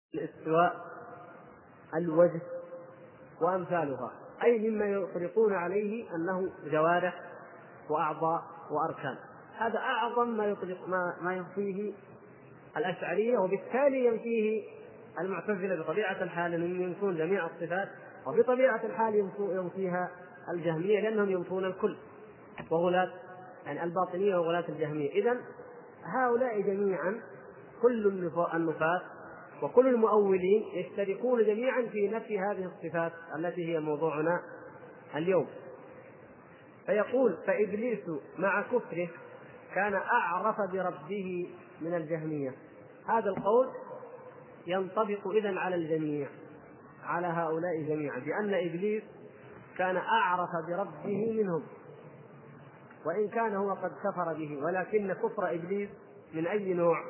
الاستواء، الوجه وأمثالها، أي مما يطلقون عليه أنه جوارح وأعضاء وأركان. هذا أعظم ما يطلق ما ينفيه الأشعرية، وبالتالي ينفيه المعتزلة بطبيعة الحال أنهم ينفون جميع الصفات، وبطبيعة الحال ينفيها الجهمية لأنهم ينفون الكل، وغلاة يعني الباطنية وغلاة الجهمية. إذن هؤلاء جميعا كل النفاة وكل المؤولين يشتركون جميعا في نفي هذه الصفات التي هي موضوعنا اليوم. فيقول: فإبليس مع كفره كان أعرف بربه من الجهمية. هذا القول ينطبق إذن على الجميع، على هؤلاء جميعا، بأن إبليس كان أعرف بربه منهم، وإن كان هو قد كفر به، ولكن كفر إبليس من أي نوع؟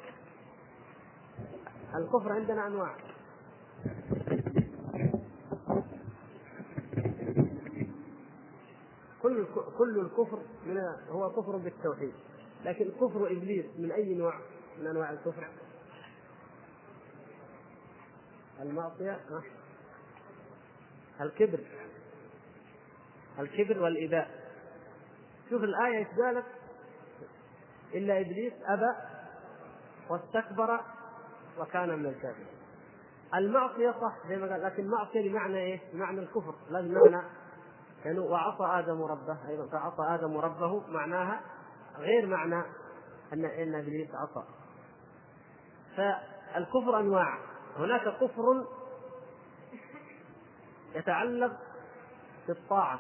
الكفر عندنا أنواع: كل الكفر هو كفر بالتوحيد، لكن كفر إبليس من أي نوع من أنواع الكفر؟ المعصية، الكبر والإباء. شوف الآية إيش قالت: إلا إبليس أبى واستكبر وكان من الكافرين. المعصية صح زي ما قال، لكن المعصية بمعنى إيه؟ بمعنى الكفر، لا بمعنى يعني وعصى آدم ربه، أيضا فعصى آدم ربه معناها غير معنى أن إبليس عصى. فالكفر أنواع: هناك كفر يتعلق بالطاعة،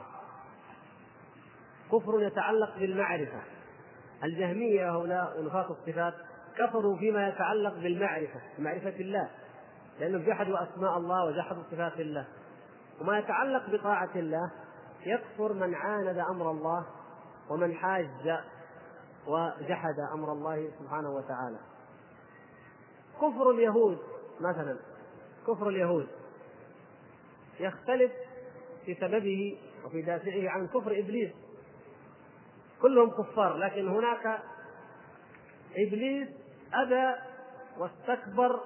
كفر يتعلق بالمعرفة. الجهمية هؤلاء ونفاة الصفات كفروا فيما يتعلق بالمعرفة، معرفة الله، لأنهم جحدوا أسماء الله وجحدوا صفات الله. وما يتعلق بطاعة الله يكفر من عاند أمر الله ومن حاج وجحد أمر الله سبحانه وتعالى. كفر اليهود مثلا، كفر اليهود يختلف في سببه وفي دافعه عن كفر إبليس، كلهم كفار، لكن هناك إبليس أبى واستكبر،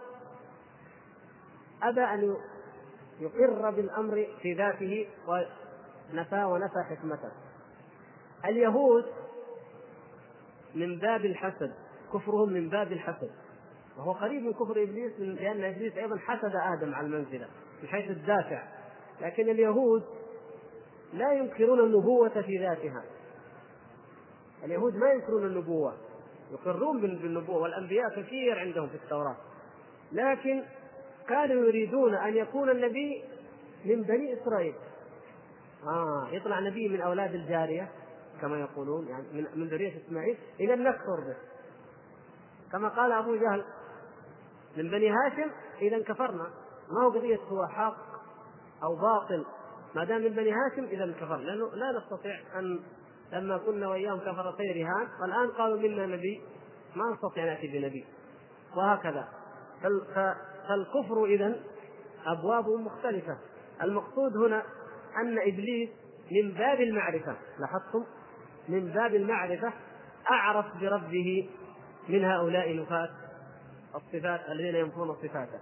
أبى أن يقر بالأمر في ذاته ونفى حكمته. اليهود من باب الحسد، كفرهم من باب الحسد، وهو قريب من كفر إبليس، لأن إبليس أيضا حسد آدم على المنزلة من حيث الدافع، لكن اليهود لا ينكرون النبوة في ذاتها. اليهود ما ينكرون النبوة، يقرون بالنبوة، والأنبياء كثير عندهم في التوراة، لكن كانوا يريدون أن يكون النبي من بني إسرائيل، يطلع نبي من أولاد الجارية كما يقولون، يعني من ذرية إسماعيل، إذا نكفر به، كما قال أبو جهل: من بني هاشم إذا كفرنا. ما هو قضية هو حق أو باطل، ما دام من بني هاشم إذا كفر، لأنه لا نستطيع أن لما كنا وإياهم كفرتي رهان والآن قالوا منا نبي، ما نستطيع نأتي بنبي، وهكذا. فالكفر إذن أبوابه مختلفة. المقصود هنا أن إبليس من باب المعرفة، لاحظتم، من باب المعرفة أعرف بربه من هؤلاء نفاة الصفات الذين ينفون صفاته.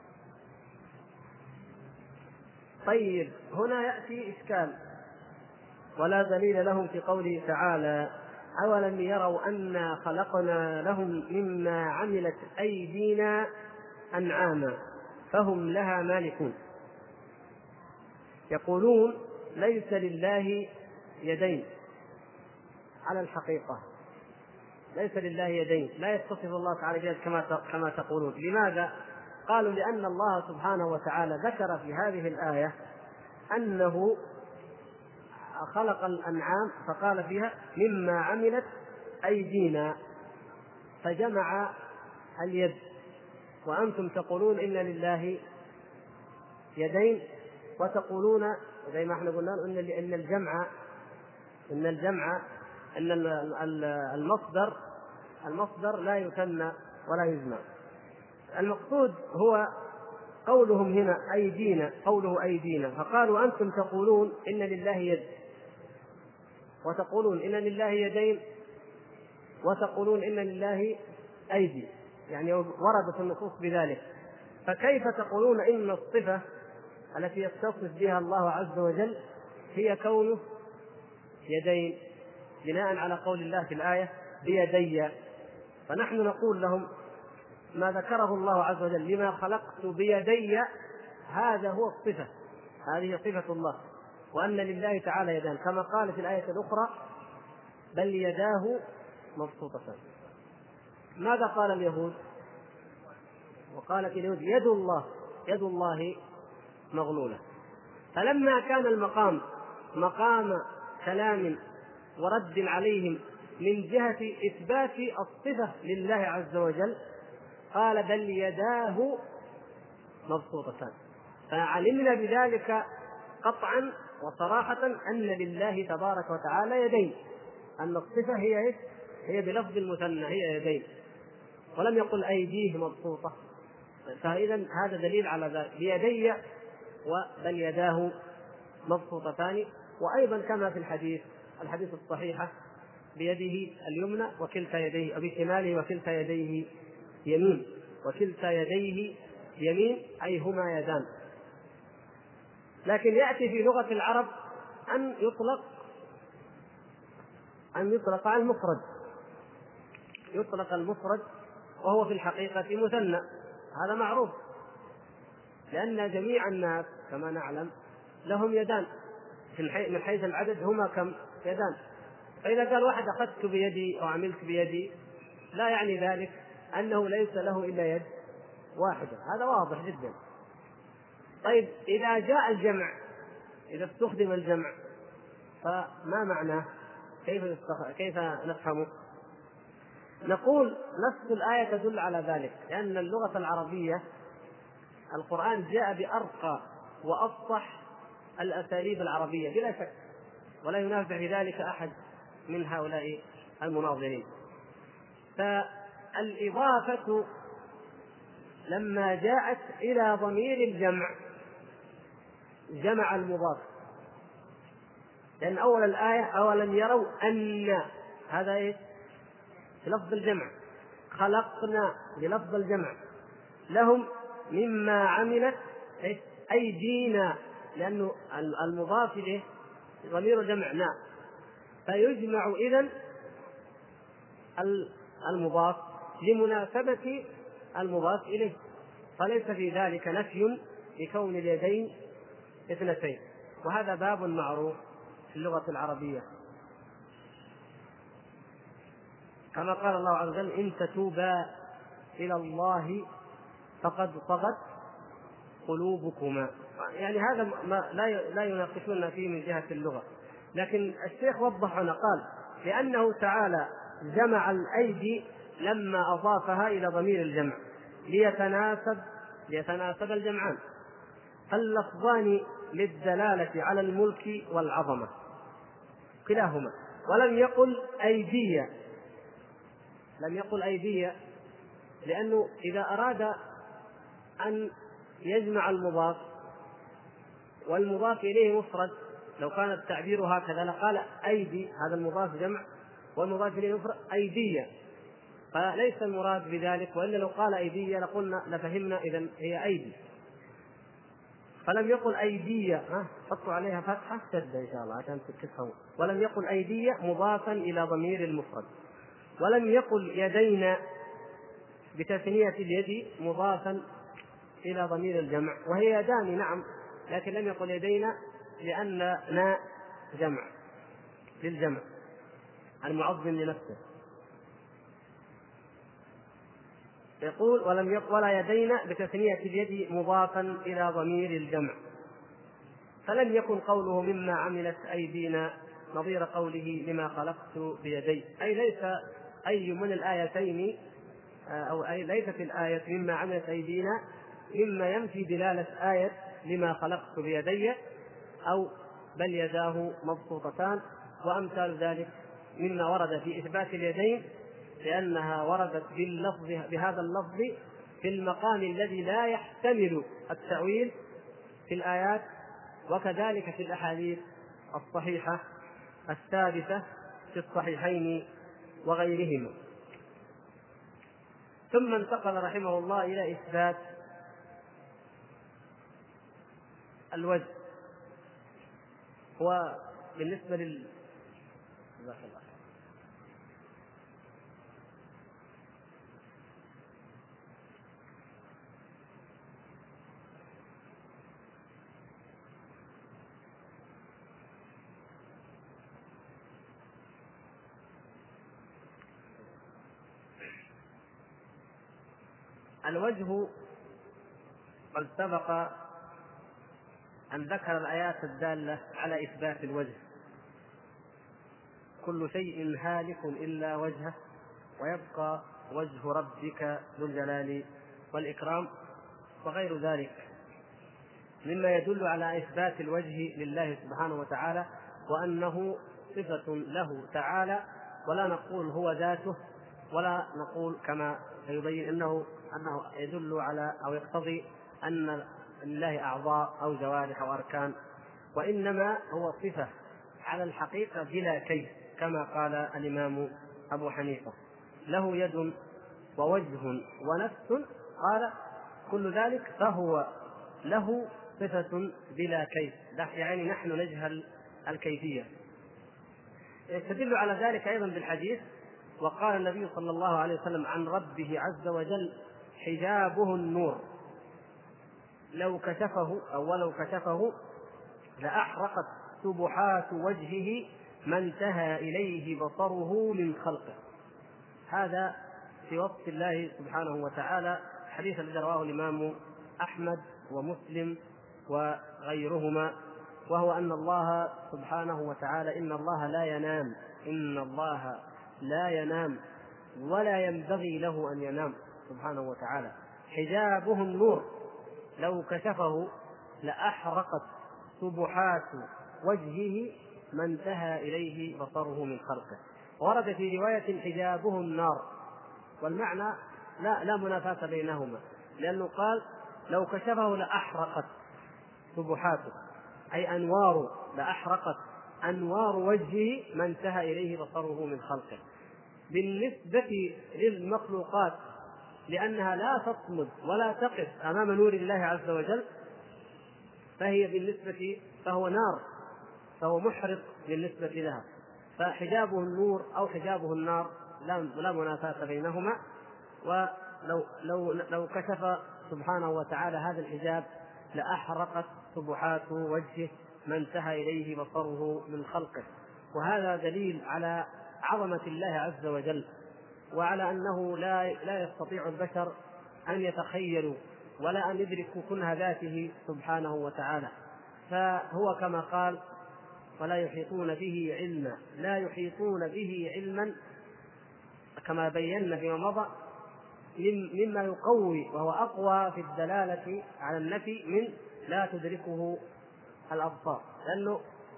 طيب، هنا يأتي إشكال: ولا دليل لهم في قوله تعالى: أولم يروا أنا خلقنا لهم مما عملت أيدينا أنعاما فهم لها مالكون. يقولون ليس لله يدين، على الحقيقة ليس لله يدين، لا يتصف الله تعالى بيد كما تقولون. لماذا؟ قالوا: لأن الله سبحانه وتعالى ذكر في هذه الآية أنه خلق الأنعام فقال فيها مما عملت أيدينا، فجمع اليد، وأنتم تقولون إن لله يدين، وتقولون زي ما احنا قلنا إن الجمع أن المصدر لا يثنى ولا يجمع. المقصود هو قولهم هنا أيدينا، قوله أيدينا، فقالوا أنتم تقولون إن لله يد، وتقولون إن لله يدين، وتقولون إن لله أيدي، يعني وردت النصوص بذلك. فكيف تقولون إن الصفة التي يتصف بها الله عز وجل هي كونه يدين، بناء على قول الله في الآية بيدي؟ فنحن نقول لهم ما ذكره الله عز وجل لما خلقت بيدي هذا هو الصفة، هذه صفة الله، وأن لله تعالى يدان، كما قال في الآية الأخرى بل يداه مبسوطتان. ماذا قال اليهود؟ وقالت اليهود يد الله مغلولة. فلما كان المقام مقام كلام ورد عليهم من جهة إثبات الصفة لله عز وجل قال بل يداه مبسوطتان، فعلمنا بذلك قطعا وصراحة أن لله تبارك وتعالى يدين، أن الصفة هي بلفظ المثنى، هي يدين، ولم يقل أيديه مبسوطة. فإذا هذا دليل على ذلك بيدي وبل يداه مبسوطتان. وأيضا كما في الحديث الصحيحة بيده اليمنى وكلتا يديه، أو بشماله وكلتا يديه يمين، وكلتا يديه يمين أي هما يدان. لكن يأتي في لغة العرب أن يطلق على المفرد، يطلق المفرد وهو في الحقيقة مثنى، هذا معروف، لأن جميع الناس كما نعلم لهم يدان من حيث العدد، هما كم يدان. فإذا قال واحد أخذت بيدي أو عملت بيدي لا يعني ذلك أنه ليس له إلا يد واحدة، هذا واضح جدا. طيب إذا جاء الجمع، إذا استخدم الجمع فما معناه؟ كيف نفهمه؟ نقول نفس الآية تدل على ذلك، لأن اللغة العربية القرآن جاء بأرقى وأفصح الأساليب العربية بلا شك، ولا ينافع في ذلك أحد من هؤلاء المناظرين. فالإضافة لما جاءت إلى ضمير الجمع جمع المضاف، لأن أول الآية أولم يروا أن، هذا بلفظ الجمع، خلقنا بلفظ الجمع، لهم مما عملت أيدينا، لأنه المضاف إليه ضمير جمعنا، فيجمع إذن المضاف لمناسبة المضاف إليه، فليس في ذلك نفي لكون اليدين اثنتين، وهذا باب معروف في اللغة العربية، كما قال الله عز وجل إن تتوبا إلى الله فقد طغت قلوبكما. يعني هذا ما لا يناقشون فيه من جهة اللغة، لكن الشيخ وضح هنا قال لأنه تعالى جمع الأيدي لما أضافها إلى ضمير الجمع ليتناسب الجمعان، فاللفظان للدلالة على الملك والعظمة كلاهما. ولم يقل أيدية، لم يقل أيدية، لأنه إذا أراد أن يجمع المضاف والمضاف إليه مفرد، لو كان التعبير هكذا لقال أيدي، هذا المضاف جمع والمضاف إليه مفرد أيدية، فليس المراد بذلك، وإلا لو قال أيدية لقلنا لفهمنا إذن هي أيدي. فلم يقل أيدية، حطوا عليها فتحة شدة إن شاء الله عشان تفهموا، ولم يقل أيدية مضافا إلى ضمير المفرد، ولم يقل يدينا بتثنية اليد مضافا إلى ضمير الجمع، وهي يدان نعم، لكن لم يقل يدينا لأننا جمع للجمع المعظم لنفسه. يقول ولم يقل ولا يدينا بتثنية اليد مضافا إلى ضمير الجمع، فلم يكن قوله مما عملت أيدينا نظير قوله لما خلقت بيدي، أي ليس أي من الآيتين أو أي ليست الآية مما عملت أيدينا مما ينفي دلالة آية لما خلقت بيدي أو بل يداه مبسوطتان وأمثال ذلك مما ورد في إثبات اليدين، لأنها وردت بهذا اللفظ في المقام الذي لا يحتمل التأويل في الآيات، وكذلك في الأحاديث الصحيحة الثابتة في الصحيحين وغيرهما. ثم انتقل رحمه الله إلى إثبات الوجه هو بالنسبة الوجه قد سبق أن ذكر الآيات الدالة على إثبات الوجه: كل شيء هالك إلا وجهه ويبقى وجه ربك ذو الجلال والإكرام، وغير ذلك مما يدل على إثبات الوجه لله سبحانه وتعالى، وأنه صفة له تعالى، ولا نقول هو ذاته، ولا نقول كما سيبين أنه يدل على أو يقتضي أن لله أعضاء أو جوارح أو أركان، وإنما هو صفة على الحقيقة بلا كيف، كما قال الإمام أبو حنيفة: له يد ووجه ونفس، قال كل ذلك فهو له صفة بلا كيف، يعني نحن نجهل الكيفية. يستدل على ذلك أيضا بالحديث: وقال النبي صلى الله عليه وسلم عن ربه عز وجل: حجابه النور، لو كشفه أو ولو كشفه لأحرقت سبحات وجهه ما انتهى إليه بصره من خلقه. هذا في وصف الله سبحانه وتعالى، حديث الذي رواه الإمام أحمد ومسلم وغيرهما، وهو أن الله سبحانه وتعالى إن الله لا ينام ولا ينبغي له أن ينام سبحانه وتعالى. حجابه النور، لو كشفه لأحرقت سبحات وجهه ما انتهى إليه بصره من خلقه. ورد في رواية: حجابه النار، والمعنى لا منافاة بينهما، لأنه قال لو كشفه لأحرقت سبحاته، أي لأحرقت أنوار وجهه ما انتهى إليه بصره من خلقه. بالنسبة للمخلوقات، لأنها لا تصمد ولا تقف أمام نور الله عز وجل، فهو نار، فهو محرق بالنسبة لها، فحجابه النور أو حجابه النار لا منافاة بينهما. ولو كشف سبحانه وتعالى هذا الحجاب لأحرقت سبحات وجهه ما انتهى إليه بصره من خلقه. وهذا دليل على عظمة الله عز وجل، وعلى أنه لا يستطيع البشر أن يتخيلوا ولا أن يدركوا كنه ذاته سبحانه وتعالى. فهو كما قال: ولا يحيطون به علما، لا يحيطون به علما، كما بينا فيما مضى، مما يقوي وهو أقوى في الدلالة على النفي من لا تدركه الأبصار، لأنه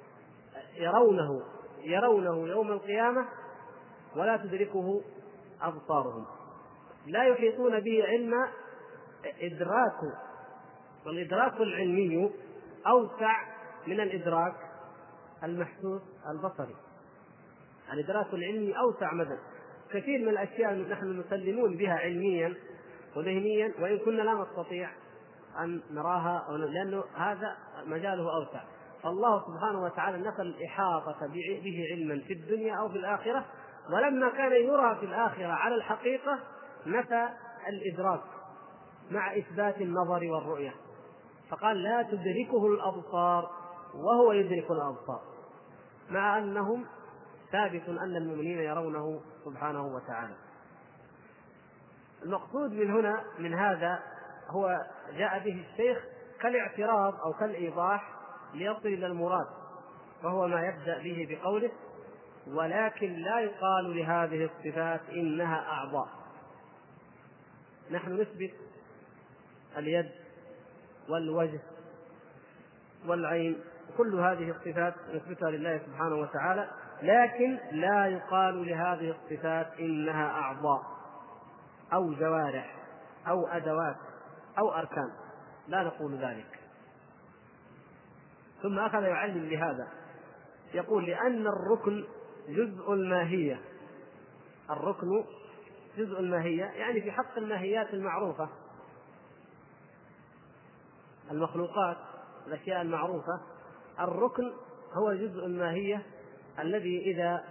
يرونه يوم القيامة ولا تدركه أبصارهم. لا يحيطون به علما، والإدراك العلمي أوسع من الإدراك المحسوس البصري. الإدراك العلمي أوسع مدى، كثير من الأشياء نحن مسلمون بها علميا وذهنيا، وإن كنا لا نستطيع أن نراها، لأنه هذا مجاله أوسع. فالله سبحانه وتعالى نفى الإحاطة به علما في الدنيا أو في الآخرة، ولما كان يرى في الآخرة على الحقيقة نفى الإدراك مع إثبات النظر والرؤية، فقال: لا تدركه الأبصار وهو يدرك الأبصار، مع أنهم ثابت أن المؤمنين يرونه سبحانه وتعالى. المقصود من هذا هو جاء به الشيخ كالاعتراض أو كالإيضاح ليصل إلى المراد، وهو ما يبدأ به بقوله: ولكن لا يقال لهذه الصفات إنها أعضاء. نحن نثبت اليد والوجه والعين، كل هذه الصفات نثبتها لله سبحانه وتعالى، لكن لا يقال لهذه الصفات إنها أعضاء أو جوارح أو أدوات أو أركان، لا نقول ذلك. ثم أخذ يعلم لهذا، يقول: لأن الركن جزء الماهية. الركن جزء الماهية، يعني في حق الماهيات المعروفة. المخلوقات الأشياء المعروفة الركن هو جزء الماهية الذي إذا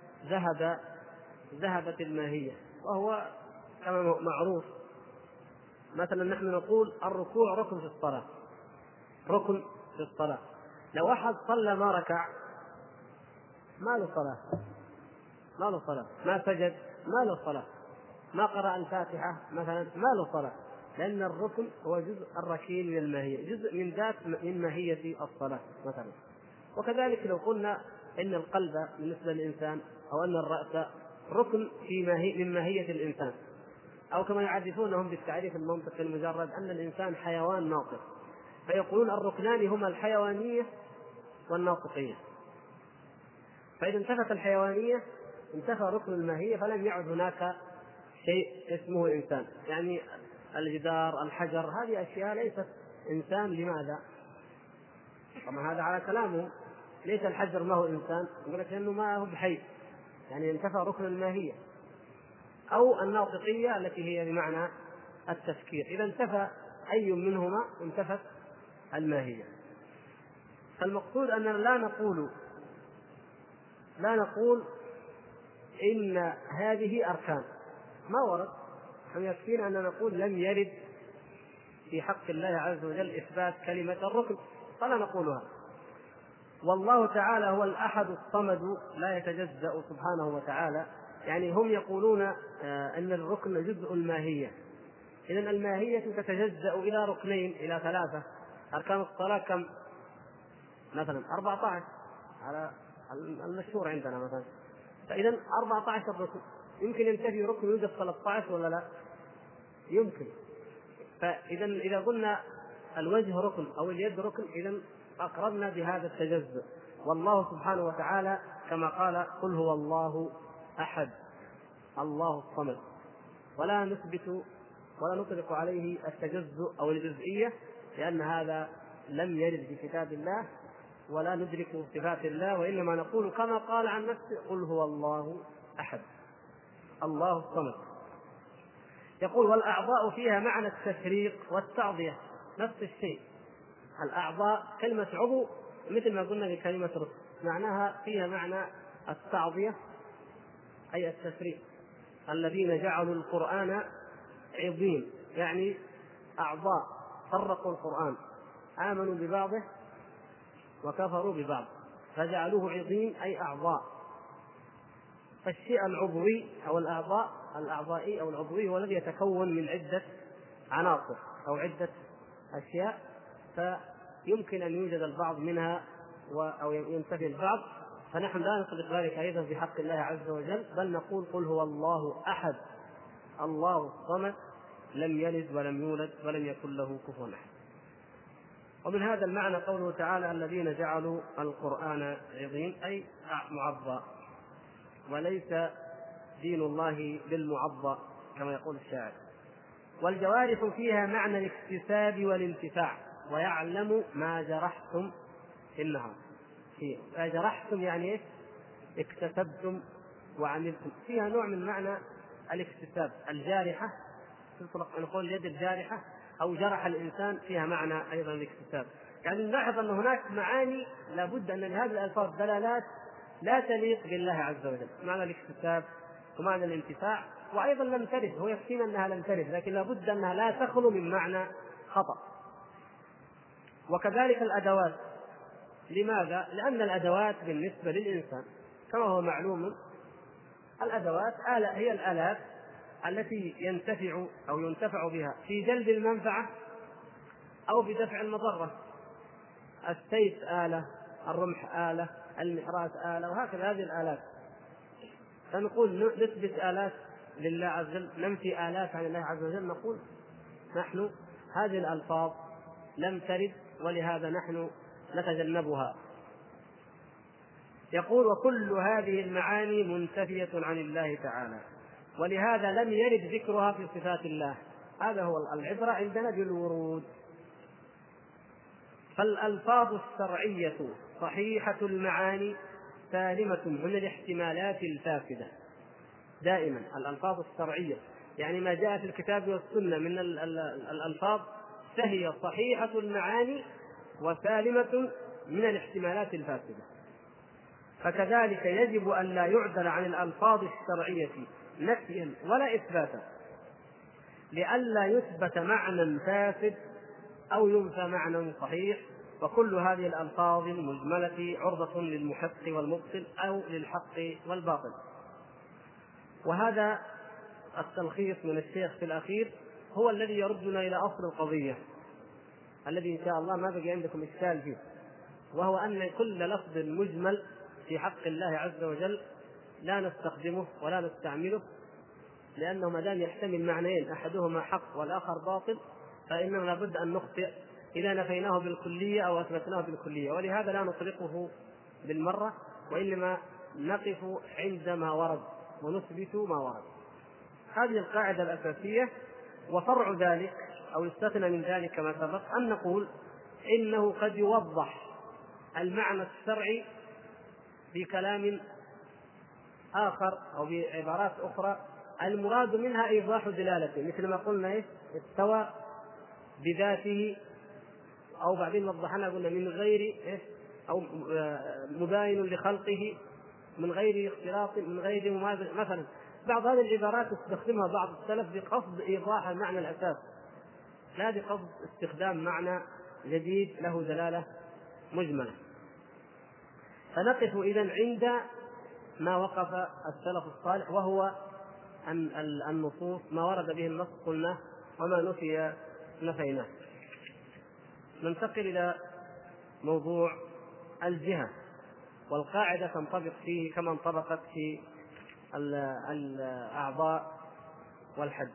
ذهبت الماهية، وهو كما معروف. مثلا نحن نقول الركوع ركن في الصلاة، ركن في الصلاة. لو أحد صلى ما ركع ما له صلاة، ما له صلاة، ما سجد ما له صلاة، ما قرأ الفاتحة مثلا ما له صلاة، لأن الركن هو جزء الركين من الماهية، جزء من ذات من ماهية الصلاة مثلا. وكذلك لو قلنا إن القلب بالنسبة للإنسان أو أن الرأس ركن من ماهية الإنسان، أو كما يعرفونهم بالتعريف المنطقي المجرد أن الإنسان حيوان ناطق، فيقولون الركنان هما الحيوانية والناطقية. فإذا انتفت الحيوانية انتفى ركن الماهية، فلم يعد هناك شيء اسمه إنسان. يعني الجدار، الحجر، هذه أشياء ليست إنسان. لماذا؟ طبعا هذا على كلامه، ليس الحجر ما هو إنسان، يقول لك لأنه ما هو بحي، يعني انتفى ركن الماهية. أو الناطقية التي هي بمعنى التفكير، إذا انتفى أي منهما انتفت الماهية. فالمقصود أننا لا نقول إن هذه أركان، ما ورد. يكفينا أن نقول لم يرد في حق الله عز وجل إثبات كلمة الركن، فلا نقولها. والله تعالى هو الأحد الصمد لا يتجزأ سبحانه وتعالى. يعني هم يقولون أن الركن جزء الماهية، إذن الماهية تتجزأ إلى ركنين إلى ثلاثة. أركان الصلاة كم؟ مثلا 14 على المشهور عندنا مثلا، فإذا 14 ركن، يمكن ينتهي ركن يوجد 13 ولا لا؟ يمكن. فإذا إذا قلنا الوجه ركن أو اليد ركن، إذا أقربنا بهذا التجزؤ. والله سبحانه وتعالى كما قال قل هو الله أحد الله الصمد، ولا نثبت ولا نطلق عليه التجزؤ أو الجزئية، لأن هذا لم يرد في كتاب الله، ولا ندرك صفات الله، وإنما نقول كما قال عن نفسه قل هو الله أحد الله الصمد. يقول والأعضاء فيها معنى التفريق والتعضية، نفس الشيء. الأعضاء كلمة عضو مثل ما قلنا بكلمة ركن، معناها فيها معنى التعضية أي التفريق. الذين جعلوا القرآن عضين، يعني أعضاء، فرقوا القرآن، آمنوا ببعضه وكفروا ببعض فجعلوه عضين أي أعضاء. فالشيء العضوي أو الأعضائي أو العضوي هو الذي يتكون من عدة عناصر أو عدة أشياء، فيمكن أن يوجد البعض منها أو ينتفي البعض. فنحن لا نطلق ذلك أيضا في حق الله عز وجل، بل نقول قل هو الله أحد الله الصمد لم يلد ولم يولد ولم يكن له كفوا أحد. ومن هذا المعنى قوله تعالى الذين جعلوا القرآن عضين أي معضى، وليس دين الله بالمعضى كما يقول الشاعر. والجوارح فيها معنى الاكتساب والانتفاع، ويعلم ما جرحتم في النهار. جرحتم يعني ايش؟ اكتسبتم وعملتم، فيها نوع من معنى الاكتساب. الجارحة تطلق نقول اليد الجارحة أو جرح الإنسان، فيها معنى أيضا الاكتساب. يعني نلاحظ أن هناك معاني لابد أن لهذه الألفاظ دلالات لا تليق بالله عز وجل، معنى الاكتساب ومعنى الانتفاع، وأيضا لم ترد، هو يكفينا أنها لم ترد، لكن لابد أنها لا تخلو من معنى خطأ. وكذلك الأدوات. لماذا؟ لأن الأدوات بالنسبة للإنسان كما هو معلوم، الأدوات هي الآلات التي ينتفع أو ينتفع بها في جلب المنفعة أو في دفع المضرة. السيف آلة، الرمح آلة، المحراث آلة، وهكذا هذه الآلات. فنقول نثبت آلات لله عز وجل، ننفي آلات عن الله عز وجل، نقول نحن هذه الألفاظ لم ترد ولهذا نحن نتجنبها. يقول وكل هذه المعاني منتفية عن الله تعالى، ولهذا لم يرد ذكرها في صفات الله. هذا هو العبرة عندنا بالورود. فالألفاظ الشرعية صحيحة المعاني سالمة من الاحتمالات الفاسدة. دائما الألفاظ الشرعية يعني ما جاء في الكتاب والسنة من الألفاظ فهي صحيحة المعاني وسالمة من الاحتمالات الفاسدة. فكذلك يجب أن لا يعدل عن الألفاظ الشرعية نفيا ولا إثباتا، لئلا يثبت معنى فاسد أو ينفى معنى صحيح، وكل هذه الألفاظ المجملة عرضة للمحق والمبطل أو للحق والباطل. وهذا التلخيص من الشيخ في الأخير هو الذي يردنا إلى أصل القضية، الذي إن شاء الله ما بقي عندكم إشكال فيه، وهو أن كل لفظ مجمل في حق الله عز وجل لا نستخدمه ولا نستعمله، لأنه ما دام يحتمل معنيين أحدهما حق والآخر باطل فإننا لابد أن نخطئ إذا نفيناه بالكلية أو أثبتناه بالكلية، ولهذا لا نطلقه بالمرة، وإنما نقف عند ما ورد ونثبت ما ورد. هذه القاعدة الأساسية. وفرع ذلك أو يستثنى من ذلك كما سبق أن نقول إنه قد يوضح المعنى الشرعي بكلام آخر أو بعبارات أخرى المراد منها إيضاح دلالته، مثل ما قلنا استوى بذاته، أو بعدين وضحنا قلنا من غير أو مباين لخلقه من غير اختلاط من غير مماثل مثلا. بعض هذه العبارات استخدمها بعض السلف بقصد إيضاح المعنى الأساس، لا بقصد استخدام معنى جديد له دلالة مجملة. فنقف إذن عند ما وقف السلف الصالح، وهو أن النصوص ما ورد به النص قلنا وما نفي نفيناه. ننتقل إلى موضوع الجهة، والقاعدة تنطبق فيه كما انطبقت في الأعضاء والحد.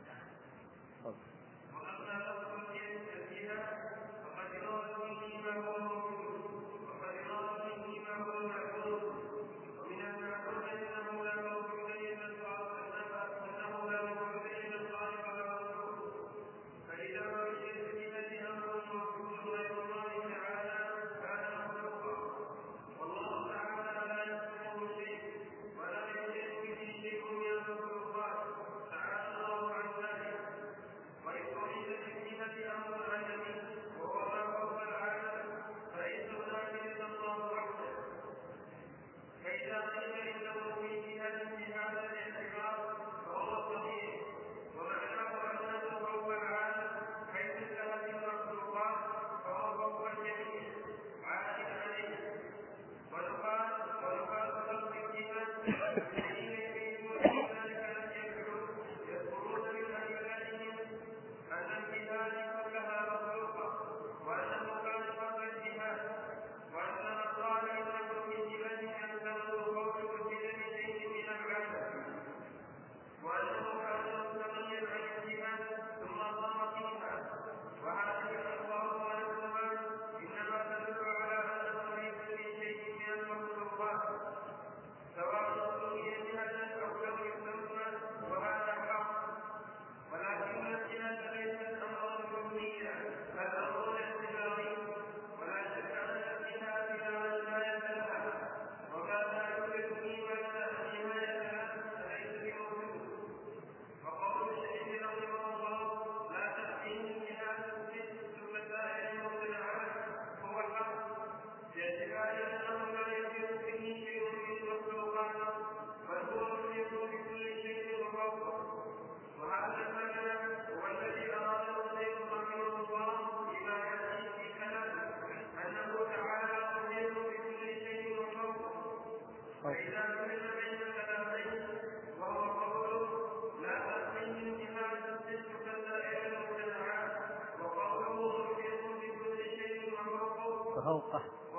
فوقه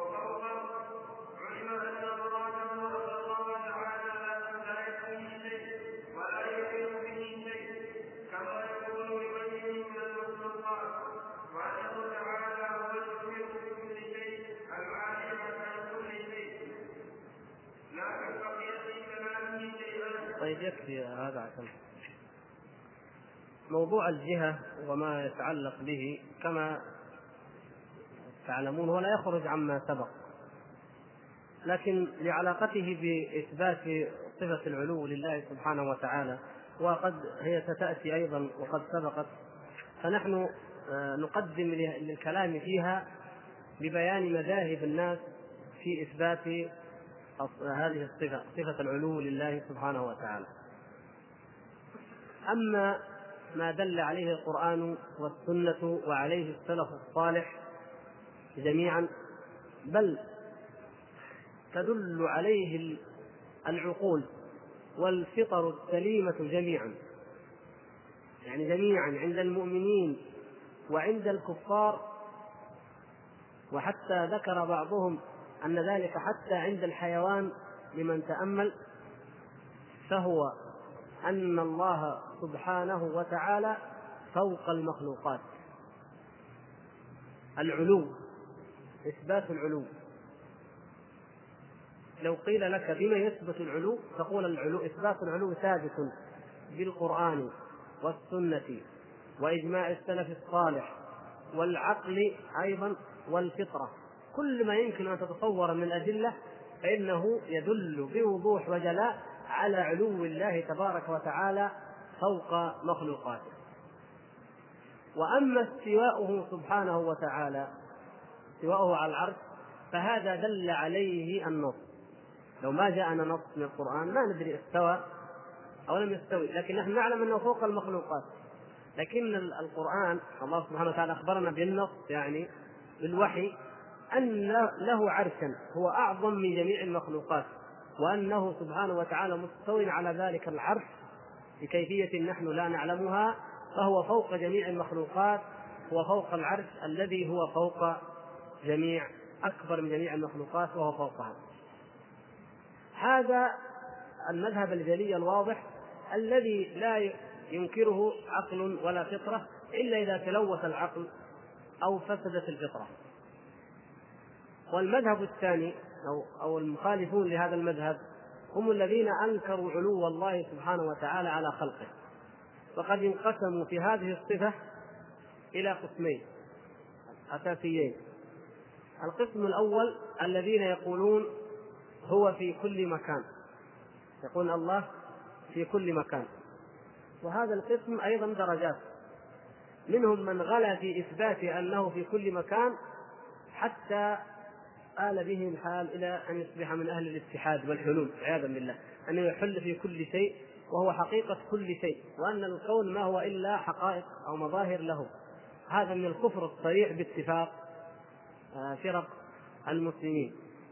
طيب يكفي هذا عشان موضوع الجهة وما يتعلق به كما تعلمون هو لا يخرج عما سبق، لكن لعلاقته بإثبات صفة العلو لله سبحانه وتعالى، وقد هي ستأتي أيضا وقد سبقت، فنحن نقدم للكلام فيها ببيان مذاهب الناس في إثبات هذه الصفة، صفة العلو لله سبحانه وتعالى. أما ما دل عليه القرآن والسنة وعليه السلف الصالح جميعا، بل تدل عليه العقول والفطر السليمة جميعا، يعني جميعا عند المؤمنين وعند الكفار، وحتى ذكر بعضهم أن ذلك حتى عند الحيوان لمن تأمل، فهو أن الله سبحانه وتعالى فوق المخلوقات. العلو، إثبات العلو. لو قيل لك بما يثبت العلو تقول العلو، إثبات العلو ثابت بالقرآن والسنة وإجماع السلف الصالح والعقل أيضا والفطرة. كل ما يمكن أن تتصور من الأدلة فإنه يدل بوضوح وجلاء على علو الله تبارك وتعالى فوق مخلوقاته. وأما استواؤه سبحانه وتعالى، استواؤه على العرش، فهذا دل عليه النص. لو ما جاءنا نص من القرآن ما ندري استوى أو لم يستوي، لكن نحن نعلم أنه فوق المخلوقات. لكن القرآن الله سبحانه وتعالى أخبرنا بالنص، يعني بالوحي، أن له عرشا هو أعظم من جميع المخلوقات، وأنه سبحانه وتعالى مستو على ذلك العرش بكيفية نحن لا نعلمها، فهو فوق جميع المخلوقات، هو فوق العرش الذي هو فوق جميع، أكبر من جميع المخلوقات وهو فوقها. هذا المذهب الجلي الواضح الذي لا ينكره عقل ولا فطرة إلا إذا تلوث العقل أو فسدت الفطرة. والمذهب الثاني أو المخالفون لهذا المذهب هم الذين أنكروا علو الله سبحانه وتعالى على خلقه، وقد انقسموا في هذه الصفة إلى قسمين أساسيين. القسم الأول الذين يقولون هو في كل مكان، يقول الله في كل مكان، وهذا القسم أيضا درجات، منهم من غلا في إثبات أنه في كل مكان حتى آل به الحال إلى أن يصبح من أهل الاتحاد والحلول عياذا بالله، أنه يحل في كل شيء وهو حقيقة كل شيء، وأن الكون ما هو إلا حقائق أو مظاهر له. هذا من الكفر الصريح باتفاق فرق المسلمين،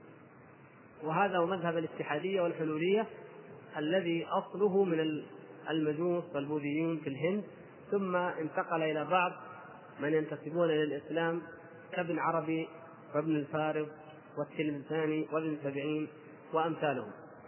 وهذا هو مذهب الاتحادية والحلولية الذي أصله من المجوس والبوذيين في الهند، ثم انتقل إلى بعض من ينتسبون إلى الإسلام كابن عربي وابن الفارض والتلمساني وابن سبعين وأمثالهم.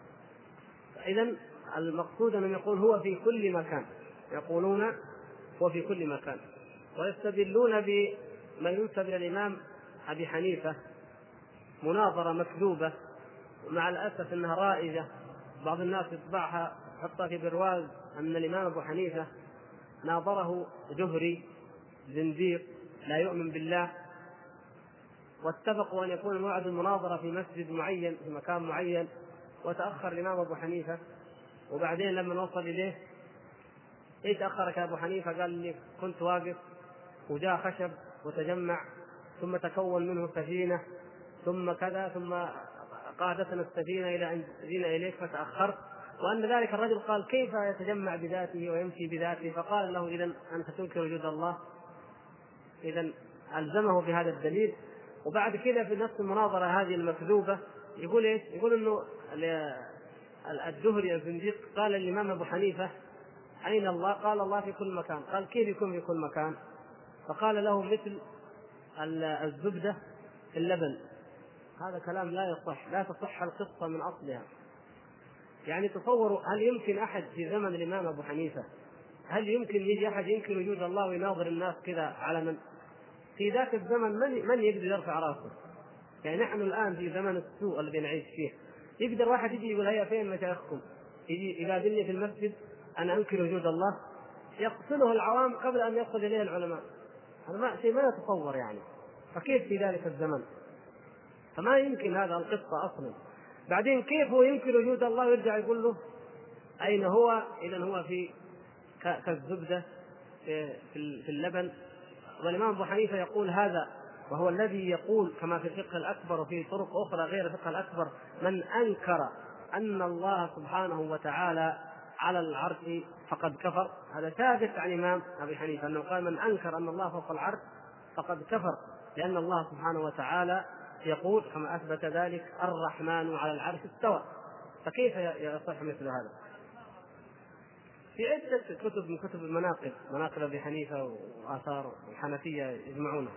إذن المقصود أن يقول هو في كل مكان، يقولون هو في كل مكان، ويستدلون بما ينسب إلى الإمام أبي حنيفة، مناظرة مكذوبة ومع الأسف أنها رائجة، بعض الناس يطبعها حتى في برواز، أن الإمام أبو حنيفة ناظره جهري زنديق لا يؤمن بالله، واتفقوا أن يكون موعد المناظرة في مسجد معين في مكان معين، وتأخر الإمام أبو حنيفة، وبعدين لما نوصل إليه إيه تأخرك يا أبو حنيفة؟ قال لي كنت واقف وجاء خشب وتجمع ثم تكون منه سفينة ثم كذا ثم قادتنا السفينة إلى أن جئنا إليك فتأخرت. وأن ذلك الرجل قال كيف يتجمع بذاته ويمشي بذاته؟ فقال له إذن أنت تنكر وجود الله؟ إذن ألزمه بهذا الدليل. وبعد كذا في نفس المناظرة هذه المكذوبة يقول إيش؟ يقول إنه الجهري الزنديق قال الإمام أبو حنيفة أين الله؟ قال الله في كل مكان. قال كيف يكون في كل مكان؟ فقال له مثل الزبدة في اللبن. هذا كلام لا يصح، لا تصح القصة من أصلها. يعني تصوروا، هل يمكن أحد في زمن الإمام أبو حنيفة، هل يمكن يجي أحد ينكر وجود الله ويناظر الناس كذا علنا؟ في ذاك الزمن من يقدر يرفع راسه؟ يعني نحن الآن في زمن السوء الذي نعيش فيه، يقدر واحد يجي يقول هيا فين مشايخكم؟ يجي يقابلني في المسجد أنا أنكر وجود الله، يقتله العوام قبل أن يصل إليه العلماء. هذا شيء ما يتصور يعني. فكيف في ذلك الزمن؟ فما يمكن هذا القصة أصلا. بعدين كيف هو ينكر وجود الله ويرجع يقول له أين هو؟ إذن هو في كالزبدة في اللبن. والإمام أبو حنيفة يقول هذا وهو الذي يقول كما في الفقه الأكبر وفي طرق أخرى غير الفقه الأكبر: من أنكر أن الله سبحانه وتعالى على العرش فقد كفر. هذا ثابت عن الإمام أبي حنيفة أنه قال: من أنكر أن الله فوق العرش فقد كفر، لأن الله سبحانه وتعالى يقول كما أثبت ذلك: الرحمن على العرش استوى. فكيف يصح مثل هذا؟ في عدة كتب من كتب المناقب، مناقب أبي حنيفة وآثار الحنفية يجمعونها.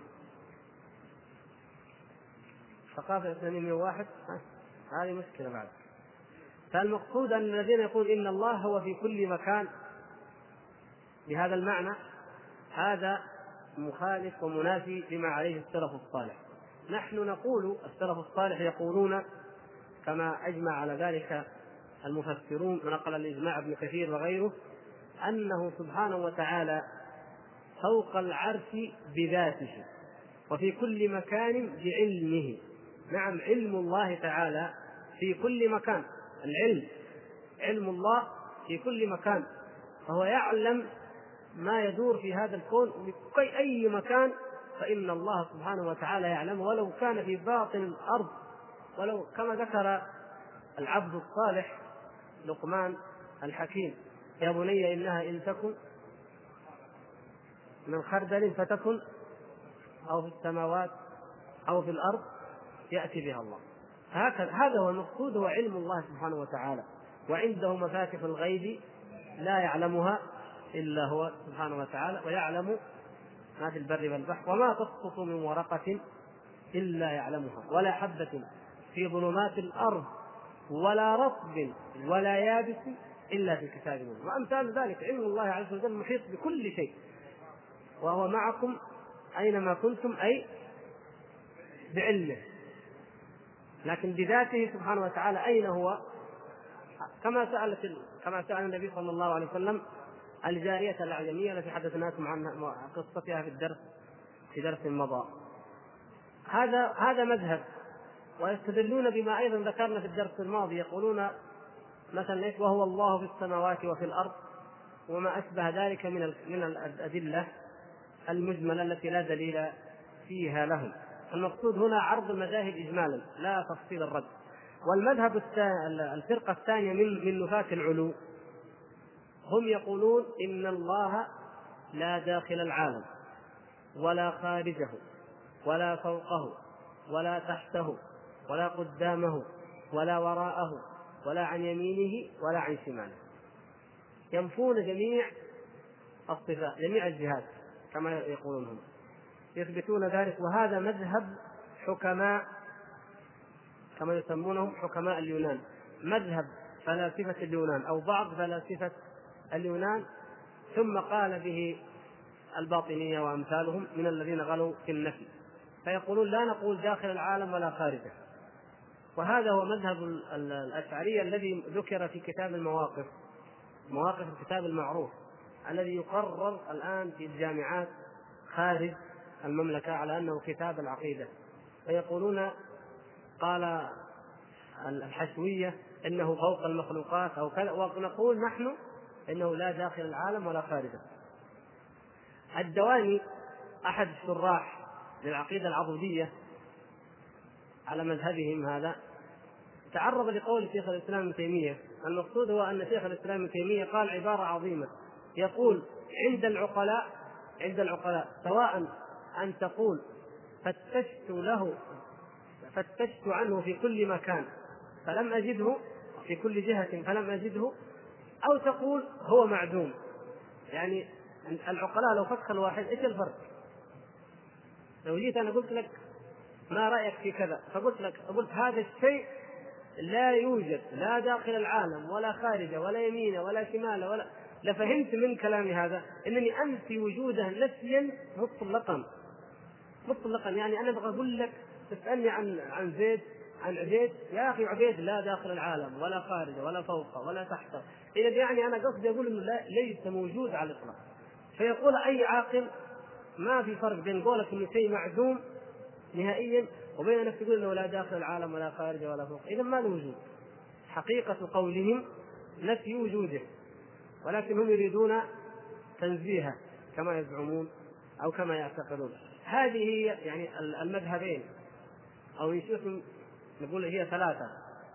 ثقافة إسلامية واحد، هذه مشكلة بعد. فالمقصود أن الذين يقول إن الله هو في كل مكان بهذا المعنى، هذا مخالف ومنافي لما عليه السلف الصالح. نحن نقول السلف الصالح يقولون كما أجمع على ذلك المفسرون ونقل الإجماع ابن كثير وغيره، أنه سبحانه وتعالى فوق العرش بذاته وفي كل مكان بعلمه. نعم، علم الله تعالى في كل مكان، علم الله في كل مكان، فهو يعلم ما يدور في هذا الكون في أي مكان، فإن الله سبحانه وتعالى يعلم ولو كان في باطن الأرض. ولو كما ذكر العبد الصالح لقمان الحكيم: يا بني إنها إن تكن من خردل فتكن أو في السماوات أو في الأرض يأتي بها الله. هذا هو المقصود، هو علم الله سبحانه وتعالى. وعنده مفاتح الغيب لا يعلمها إلا هو سبحانه وتعالى، ويعلم ما في البر والبحر، وما تسقط من ورقة إلا يعلمها، ولا حبة في ظلمات الأرض ولا رطب ولا يابس إلا في كتاب مبين. وأمثال ذلك. علم الله عز وجل محيط بكل شيء، وهو معكم أينما كنتم، أي بعلمه. لكن بذاته سبحانه وتعالى أين هو؟ كما سأل النبي صلى الله عليه وسلم الجارية الأعجمية التي حدثناكم عن قصتها في درس مضى. هذا مذهب. ويستدلون بما أيضا ذكرنا في الدرس الماضي، يقولون مثلا: وهو الله في السماوات وفي الأرض، وما أشبه ذلك من الأدلة المجملة التي لا دليل فيها لهم. المقصود هنا عرض المذاهب إجمالا لا تفصيل الرد. والمذهب الفرقة الثانية من نفاة العلو، هم يقولون إن الله لا داخل العالم ولا خارجه ولا فوقه ولا تحته ولا قدامه ولا وراءه ولا عن يمينه ولا عن شماله. ينفون جميع الصفات، جميع الجهات كما يقولون هم، يثبتون ذلك. وهذا مذهب حكماء كما يسمونهم حكماء اليونان، مذهب فلاسفة اليونان أو بعض فلاسفة اليونان، ثم قال به الباطنية وأمثالهم من الذين غلوا في النفي، فيقولون لا نقول داخل العالم ولا خارجه. وهذا هو مذهب الأشعرية الذي ذكر في كتاب المواقف، مواقف الكتاب المعروف الذي يقرر الآن في الجامعات خارج المملكة على أنه كتاب العقيدة. فيقولون قال الحشوية إنه فوق المخلوقات أو كذا، ونقول نحن إنه لا داخل العالم ولا خارجه. الدواني أحد الشراح للعقيدة العضدية على مذهبهم هذا تعرض لقول شيخ الإسلام ابن تيمية. المقصود هو أن شيخ الإسلام ابن تيمية قال عبارة عظيمة، يقول: عند العقلاء سواء أن تقول فتشت عنه في كل مكان فلم أجده، في كل جهة فلم أجده، أو تقول هو معدوم. يعني العقلاء لو فكر الواحد إيش الفرق؟ لو جيت أنا قلت لك ما رأيك في كذا، قلت هذا الشيء لا يوجد لا داخل العالم ولا خارجه ولا يمينه ولا شماله ولا، لفهمت من كلامي هذا أنني أنفي وجوده نفيا مطلقا. يعني أنا أبغى أقول لك تسألني عن زيد، عن عبيد، يا أخي عبيد لا داخل العالم ولا خارجه ولا فوقه ولا تحته، إذا يعني أنا قصدي أقول إنه ليس موجود على الإطلاق. فيقول أي عاقل ما في فرق بين قولك إنه شيء معدوم نهائيا وبين أنك تقول إنه لا داخل العالم ولا خارجه ولا فوق. إذا ما له وجود. حقيقة قولهم نفي وجوده، ولكن هم يريدون تنزيهه كما يزعمون أو كما يعتقدون. هذه هي يعني المذهبين، أو يشوفوا نقول هي ثلاثة.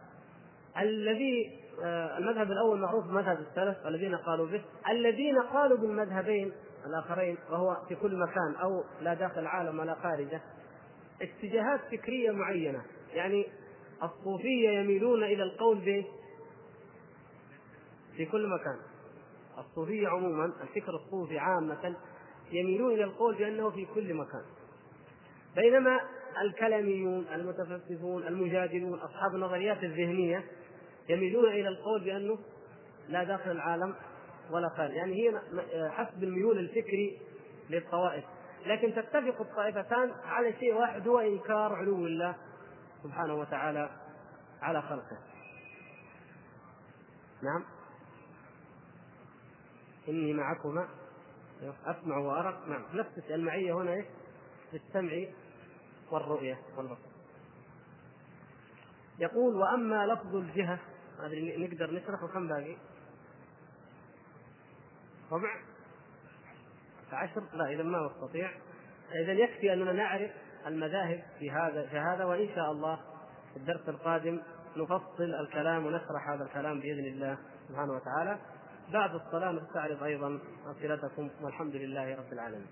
المذهب الأول معروف مذهب السلف الذين قالوا به. الذين قالوا بالمذهبين الآخرين وهو في كل مكان أو لا داخل العالم ولا خارجه، اتجاهات فكرية معينة. يعني الصوفية يميلون إلى القول به في كل مكان. الصوفية عموما، الفكر الصوفي عامة يميلون إلى القول بأنه في كل مكان، بينما الكلاميون المتفلسفون المجادلون أصحاب النظريات الذهنية يميلون إلى القول بأنه لا داخل العالم ولا خارج. يعني هي حسب الميول الفكري للطوائف، لكن تتفق الطائفتان على شيء واحد، هو إنكار علو الله سبحانه وتعالى على خلقه. نعم، إني معكما أسمع وأرى. نعم، نفس المعية هنا في السمع والرؤية والبصر. يقول: وأما لفظ الجهة، هذا نقدر نشرحه. كم باقي؟ 10. لا، إذا ما نستطيع. إذا يكفي أننا نعرف المذاهب في هذا، وإن شاء الله في الدرس القادم نفصل الكلام ونشرح هذا الكلام بإذن الله سبحانه وتعالى. بعد الصلاة نستعرض أيضا أسئلتكم، والحمد لله رب العالمين.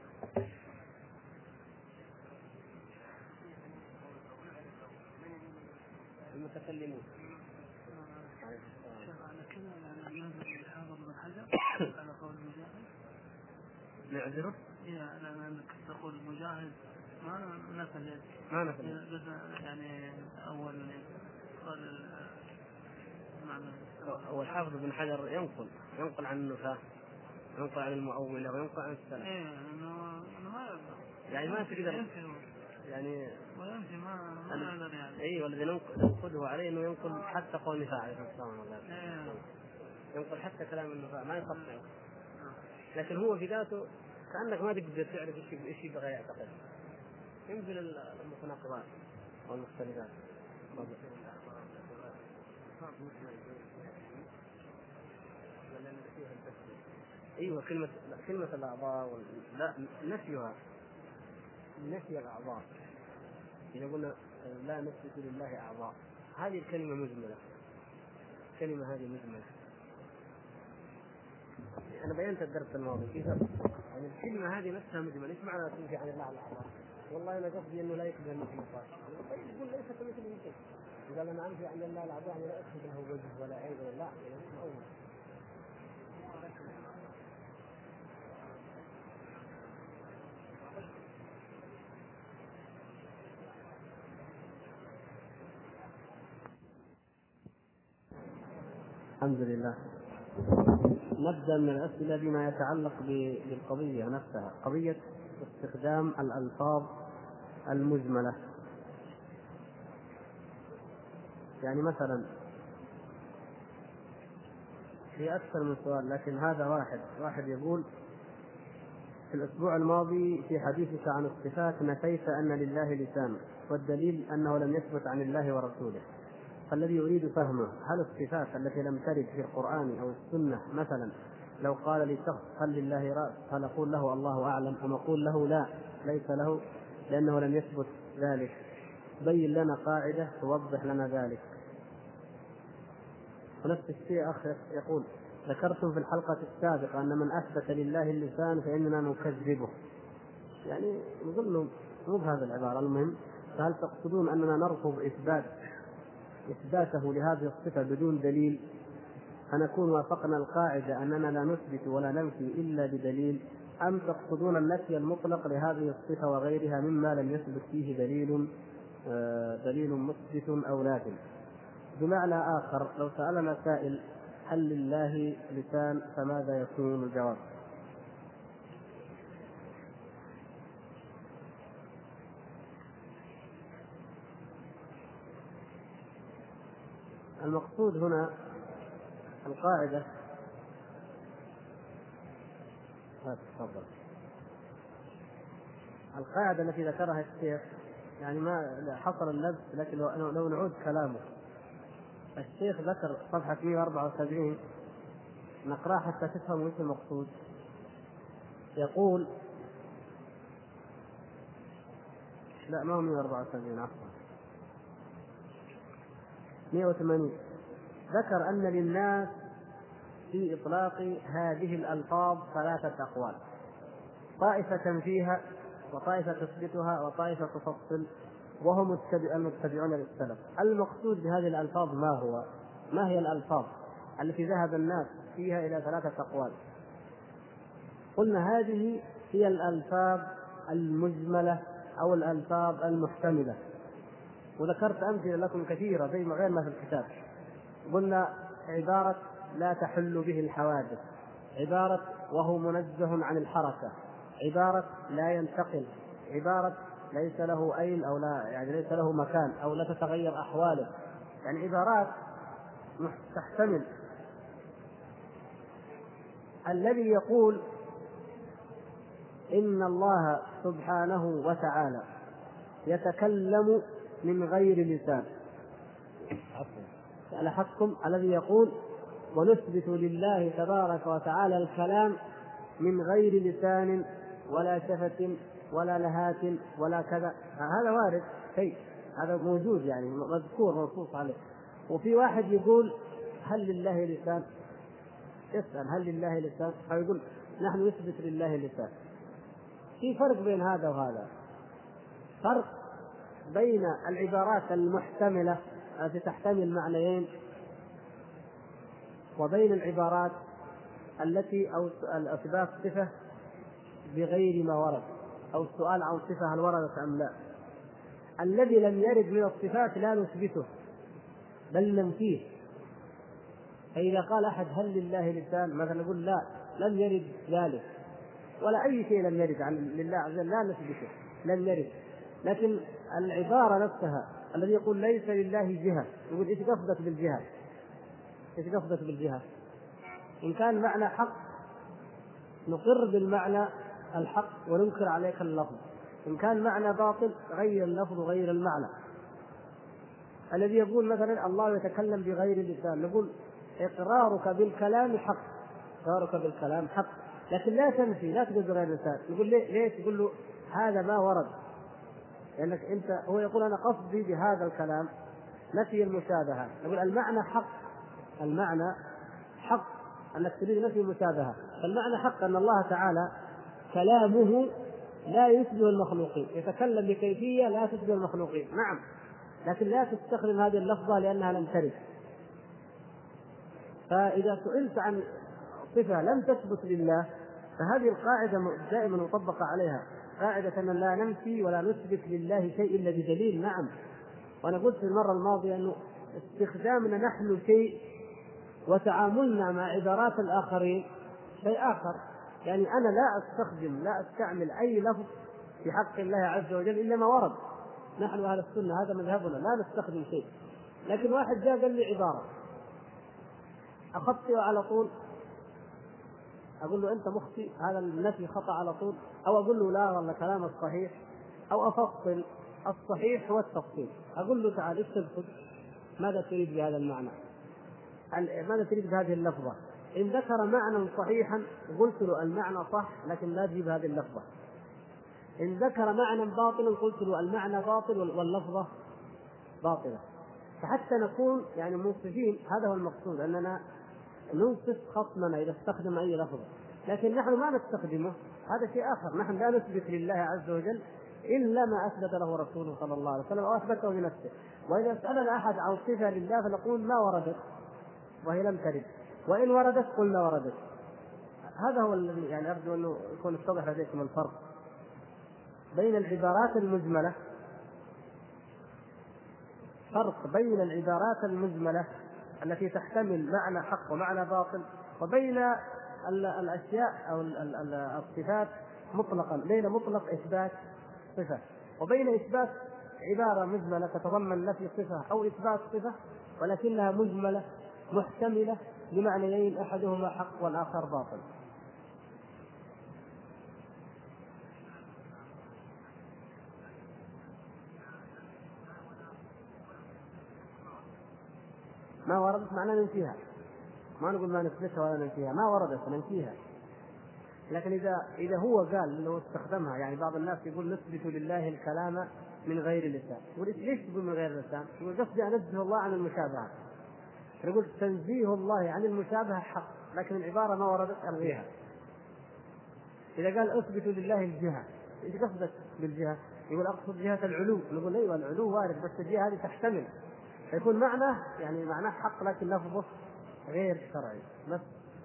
المتكلمون نعذره. أنك تقول مجاهد ما نفذ يعني أول أول حافظ بن حجر ينقل عن النفاة، ينقل عن المؤولة، وينقل عن السلف. يعني ما تقدر يعني والذي ننقده عليه انه ينقل حتى قول النفاع عليه الصلاه والسلام، ينقل حتى كلام النفاع ما يقطعه. لكن هو في ذاته كأنك ما تقدر تعرف ايش يبغى يعتقد، ينزل المتناقضات والمختلفات. ايوه، كلمة الاعضاء لا نفي الاعضاء. إذا قلنا لا نثبت لله اعضاء، هذه الكلمة مجملة. الكلمة هذه مجملة. أنا بينت الدرس الماضي كيف يعني الكلمة هذه نفسها مجملة. إيش معنى تنفي عن الله الأعضاء؟ والله أنا قصدي إنه لا يقبل المخلوقات. طيب يقول ليس كمثله شيء. إذا أنا أنفي عن الله الأعضاء يعني لا أكتب له وجه ولا عين ولا لا، يعني اسمه أول. الحمد لله. نبدأ من الأسئلة بما يتعلق بالقضية نفسها، قضية استخدام الألفاظ المجملة. يعني مثلا في أكثر من سؤال، لكن هذا واحد يقول: في الأسبوع الماضي في حديثك عن الصفات نفيت أن لله لسان، والدليل أنه لم يثبت عن الله ورسوله. فالذي يريد فهمه، هل الصفات التي لم ترد في القرآن أو السنة مثلا لو قال لشخص هل لله رأس، هل أقول له الله أعلم، أم أقول له لا ليس له لأنه لم يثبت ذلك؟ بين لنا قاعدة توضح لنا ذلك. ونفس الشيء أخ يقول: ذكرتم في الحلقة السابقة أن من أثبت لله اللسان فإننا نكذبه. يعني نظن مو بهذا العبارة. المهم، فهل تقصدون أننا نرفض إثباته لهذه الصفة بدون دليل، فنكون وافقنا القاعدة أننا لا نثبت ولا ننفي إلا بدليل، أم تقصدون النفي المطلق لهذه الصفة وغيرها مما لم يثبت فيه دليل مثبت أو لازم؟ بمعنى آخر، لو سألنا سائل هل لله لسان فماذا يكون الجواب؟ المقصود هنا القاعدة. القاعدة التي ذكرها الشيخ، يعني ما حصل اللبس، لكن لو نعود كلامه. الشيخ ذكر صفحة 174، نقرأ حتى تفهموا ايش المقصود. يقول: لا ما هو 174 عفوا 180. ذكر أن للناس في إطلاق هذه الألفاظ 3 أقوال، طائفة تنفيها وطائفة تثبتها وطائفة تفصل، وهم المتبعون للسلف. المقصود بهذه الألفاظ ما هو؟ ما هي الألفاظ التي ذهب الناس فيها إلى 3 أقوال؟ قلنا هذه هي الألفاظ المجملة أو الألفاظ المحتملة، وذكرت أمثلة لكم كثيرة زي ما غير ما في الكتاب. قلنا عبارة لا تحل به الحوادث، عبارة وهو منزه عن الحركة، عبارة لا ينتقل، عبارة ليس له أين أو لا يعني ليس له مكان أو لا تتغير أحواله، يعني عبارات تحتمل. الذي يقول إن الله سبحانه وتعالى يتكلم من غير لسان، لاحظتم الذي يقول ونثبت لله تبارك وتعالى الكلام من غير لسان ولا شفة ولا لهات ولا كذا، هذا وارد شيء، هذا موجود يعني مذكور منصوص عليه. وفي واحد يقول هل لله لسان؟ اسأل هل لله لسان؟ أو يقول نحن نثبت لله لسان. في فرق بين هذا وهذا، فرق بين العبارات المحتملة التي تحتمل معنيين وبين العبارات التي أو الأثبات صفة بغير ما ورد، أو السؤال عن صفة هل وردت أم لا. الذي لم يرد من الصفات لا نثبته بل ننفيه. فإذا قال أحد هل لله لسان مثلا نقول لا، لم يرد ذلك، ولا أي شيء لم يرد عن لله عز وجل لا نثبته، لم يرد. لكن العبارة نفسها الذي يقول ليس لله جهة، يقول إيش قصدك بالجهة؟ إيش قصدك بالجهة؟ إن كان معنى حق نقر بالمعنى الحق وننكر عليك اللفظ، إن كان معنى باطل غير اللفظ غير المعنى. الذي يقول مثلا الله يتكلم بغير اللسان، نقول إقرارك بالكلام حق، إقرارك بالكلام حق، لكن لا تنفي، لا تقول بغير اللسان. يقول ليش؟ يقول له هذا ما ورد، لأنك أنت هو يقول أنا قصدي بهذا الكلام نفي المشابهة. نقول المعنى حق، المعنى حق أنك تريد نفي المشابهة، فالمعنى حق أن الله تعالى كلامه لا يشبه المخلوقين، يتكلم بكيفية لا تشبه المخلوقين، نعم، لكن لا تستخدم هذه اللفظة لأنها لم ترد. فإذا سئلت عن صفة لم تثبت لله فهذه القاعدة دائما مطبقة عليها، قاعدة أن لا ننفي ولا نثبت لله شيء إلا بدليل. نعم، وأنا قلت في المرة الماضية أنه استخدامنا نحن شيء وتعاملنا مع عبارات الآخرين شيء آخر. يعني أنا لا أستعمل أي لفظ في حق الله عز وجل إلا ما ورد. نحن أهل السنة هذا مذهبنا، لا نستخدم شيء. لكن واحد جاء قال لي عبارة أخطئ على طول، أقول له أنت مخطئ، هذا النفي خطأ على طول، أو أقول له لا والله كلامك صحيح، أو أفصل الصحيح هو التفصيل. أقول له تعال استفسر ماذا تريد بهذا المعنى، ماذا تريد بهذه اللفظة. إن ذكر معنى صحيحا قلت له المعنى صح لكن لا تجيب هذه اللفظة. إن ذكر معنى باطلا قلت له المعنى باطل واللفظة باطلة. فحتى نكون يعني منصفين، هذا هو المقصود، أننا ننصف خصمنا إذا استخدم أي لفظ، لكن نحن ما نستخدمه هذا شيء آخر. نحن لا نثبت لله عز وجل إلا ما أثبت له رسوله صلى الله عليه وسلم أو أثبته لنفسه. وإذا سألنا أحد عن صفة لله فنقول ما وردت وهي لم ترد، وإن وردت قلنا وردت. هذا هو الذي يعني أرجو أنه يكون اتضح لديكم الفرق بين العبارات المجملة، فرق بين العبارات المجملة التي تحتمل معنى حق ومعنى باطل، وبين الأشياء أو الصفات مطلقا، بين مطلق إثبات صفة وبين إثبات عبارة مجملة تتضمن نفي صفة أو إثبات صفة ولكنها مجملة محتملة لمعنيين أحدهما حق والآخر باطل. ما وردت معناه ننفيها، ما نقول ما نثبتها ولا ننفيها، ما وردت ننفيها. لكن إذا هو قال إنه استخدمها، يعني بعض الناس يقول نثبت لله الكلام من غير لسان. يقول ليش تقول من غير لسان؟ يقول قصدي أنزه الله عن المشابهة. يقول تنزيه الله عن المشابهة حق، لكن العبارة ما وردت ألغيها. إذا قال أثبت لله الجهة، إيش قصدك بالجهة؟ يقول أقصد جهة العلو. نقول أيوة العلو وارد، بس الجهة هذه تحتمل، فيكون معناه يعني معناه حق لكن لفظه غير شرعي بس.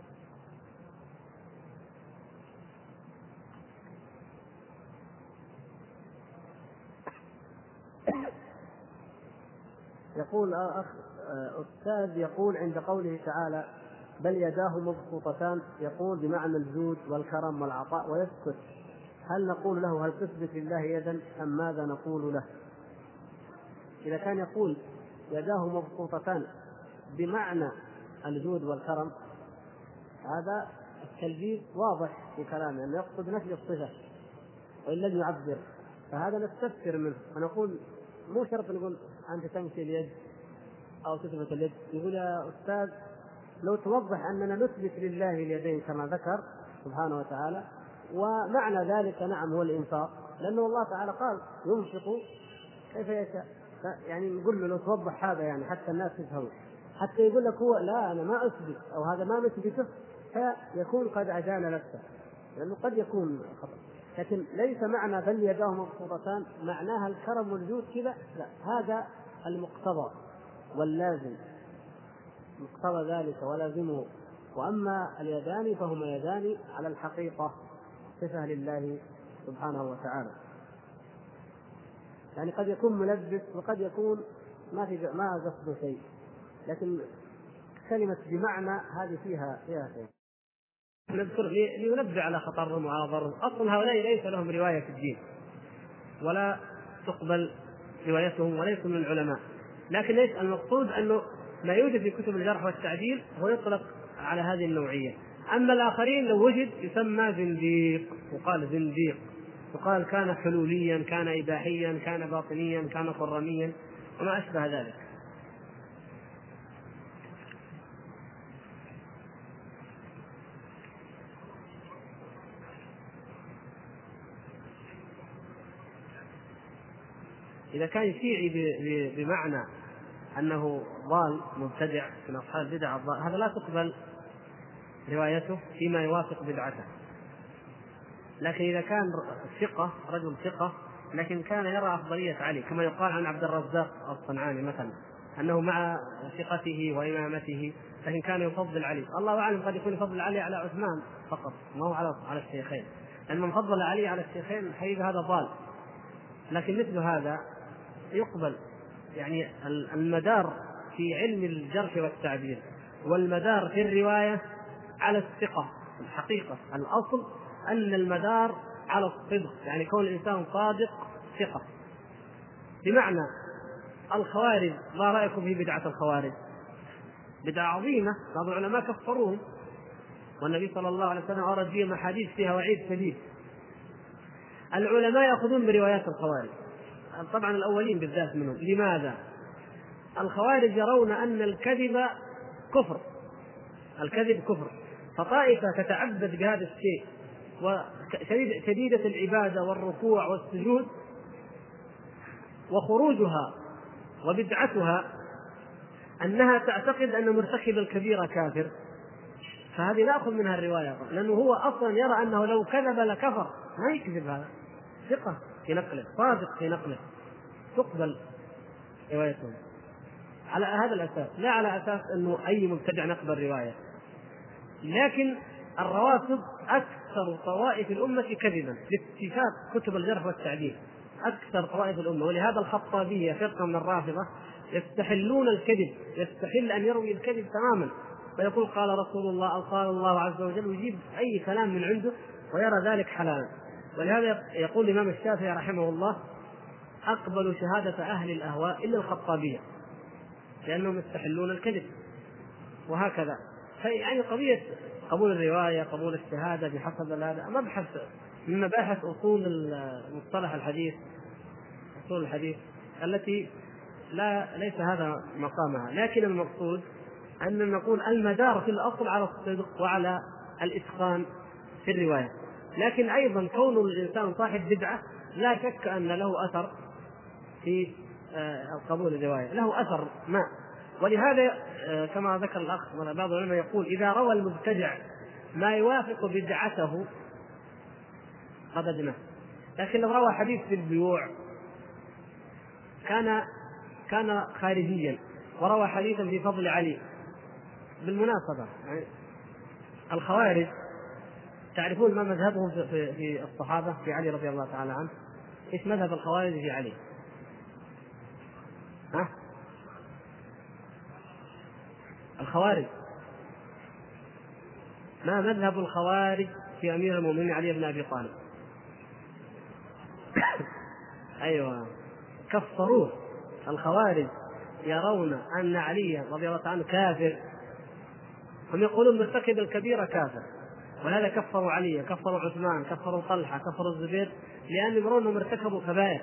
يقول أستاذ يقول عند قوله تعالى بل يداه مبسوطتان، يقول بمعنى الجود والكرم والعطاء ويسكت، هل نقول له هل تثبت لله يدا أم ماذا نقول له؟ إذا كان يقول يداه مبسوطتان بمعنى الجود والكرم، هذا التلبيس واضح في كلامه أنه يقصد نفي الصفة وإن لم يعبر، فهذا نستفسر منه ونقول مو شرط نقول أنت تمشي اليد أو تثبت اليد. يقول يا أستاذ لو توضح أننا نثبت لله اليدين كما ذكر سبحانه وتعالى، ومعنى ذلك نعم هو الإنفاق، لأنه الله تعالى قال ينفق كيف يشاء، يعني نقول له لو توضح هذا يعني حتى الناس يفهموا، حتى يقول لك هو لا أنا ما أثبت أو هذا ما نثبته فيكون قد أجال نفسه، لأنه قد يكون خطأ. لكن ليس معنى بل يداه مبسوطتان معناها الكرم والجود كذا، لا، هذا المقتضى واللازم، مقتضى ذلك ولازمه. وأما اليدان فهما يدان على الحقيقة صفة لله سبحانه وتعالى، يعني قد يكون ملبس وقد يكون ما قصده شيء، لكن كلمة بمعنى هذه فيها شيء. نذكر لينبه على خطر المعاضرة. أصلا هؤلاء ليس لهم رواية في الدين ولا تقبل روايتهم وليسوا من العلماء، لكن ليس المقصود أنه ما يوجد في كتب الجرح والتعديل هو يطلق على هذه النوعية. أما الآخرين لو وجد يسمى زنديق، وقال زنديق، وقال كان حلوليا، كان إباحيا، كان باطنيا، كان صرميا وما أشبه ذلك. إذا كان شيعي بمعنى أنه ضال مبتدع من أصحاب البدع الضال، هذا لا تقبل روايته فيما يوافق بدعته. لكن إذا كان ثقة، رجل ثقة لكن كان يرى أفضلية علي، كما يقال عن عبد الرزاق الصنعاني مثلا أنه مع ثقته وإمامته لكن كان يفضل علي، الله أعلم قد يكون يفضل علي على عثمان فقط ما هو على الشيخين، لأن من فضل علي على الشيخين حقيقة هذا ضال. لكن مثل هذا يقبل، يعني المدار في علم الجرح والتعديل والمدار في الرواية على الثقة. الحقيقة الأصل أن المدار على الصدق، يعني كون الإنسان صادق ثقة. بمعنى الخوارج، ما رأيكم في بدعة الخوارج؟ بدعة عظيمة، بعض العلماء كفروهم والنبي صلى الله عليه وسلم أورد فيهم أحاديث فيها وعيد شديد. العلماء يأخذون بروايات الخوارج، طبعا الأولين بالذات منهم. لماذا؟ الخوارج يرون أن الكذب كفر، الكذب كفر، فطائفة تتعبد بهذا الشيء وشديدة العبادة والركوع والسجود، وخروجها وبدعتها أنها تعتقد أن مرتكب الكبيرة كافر، فهذه نأخذ منها الرواية، لأنه هو أصلا يرى أنه لو كذب لكفر، ما يكذب، هذا ثقة في نقله، صادق في نقله، تقبل روايته على هذا الأساس، لا على أساس أنه أي مبتدع نقبل رواية. لكن الروافض أكثر طوائف الأمة كذبا باتفاق كتب الجرح والتعديل، أكثر طوائف الأمة، ولهذا الخطابية فرقة من الرافضة يستحلون الكذب، يستحل أن يروي الكذب تماما، ويقول قال رسول الله أو قال الله عز وجل، ويجيب أي كلام من عنده ويرى ذلك حلالا. ولهذا يقول الإمام الشافعي رحمه الله أقبل شهادة أهل الأهواء إلا الخطابية، لأنهم يستحلون الكذب. وهكذا يعني قضية قبول الرواية، قبول الشهادة بحسب هذا مبحث من مباحث أصول مصطلح الحديث، أصول الحديث التي ليس هذا مقامها. لكن المقصود أن نقول المدار في الأصل على الصدق وعلى الإتقان في الرواية. لكن أيضا كون الإنسان صاحب بدعة لا شك أن له أثر في القبول الرواية، له أثر ما. ولهذا كما ذكر الأخ بعض العلماء يقول إذا روى المبتدع ما يوافق بدعته قبلناه، لكن لو روى حديث في البيوع كان خارجيا وروى حديثا في فضل علي. بالمناسبة يعني الخوارج تعرفون ما مذهبهم في الصحابة في علي رضي الله تعالى عنه؟ ايش مذهب الخوارج في علي؟ ها؟ الخوارج ما مذهب الخوارج في أمير المؤمنين علي بن أبي طالب؟ أيوة، كفروه. الخوارج يرون أن علي رضي الله عنه كافر، هم يقولون مرتكب الكبيرة كافر، ولهذا كفروا علي، كفروا عثمان، كفروا طلحة، كفروا الزبير، لأنهم يرون أنهم ارتكبوا كبائر.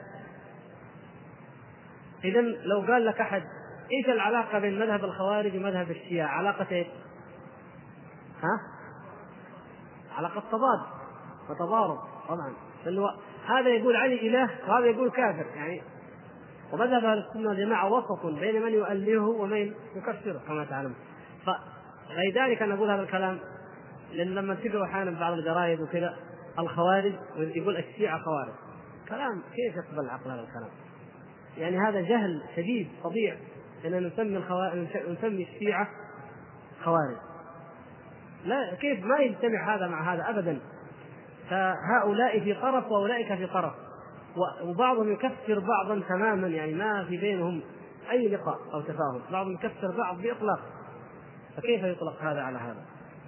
إذن لو قال لك أحد إيش العلاقة بين مذهب الخوارج ومذهب الشيعة؟ علاقة إيه؟ ها؟ علاقة تضاد وتضارب طبعا. هذا يقول علي إله وهذا يقول كافر يعني. ومذهب أهل السنة والجماعة وسط بين من يؤلهه ومن يكفره كما تعلم. فلذلك أنا أقول هذا الكلام، لأن لما تقرأ أحيانا بعض الجرائد وكذا الخوارج يقول الشيعة خوارج، كلام كيف يقبل العقل هذا الكلام؟ يعني هذا جهل شديد فظيع أن نسمي الشيعة خوارج. لا، كيف ما يجتمع هذا مع هذا أبدا. فهؤلاء في طرف وأولئك في طرف، وبعضهم يكفر بعضا تماما، يعني ما في بينهم أي لقاء أو تفاهم، بعضهم يكفر بعض بإطلاق. فكيف يطلق هذا على هذا؟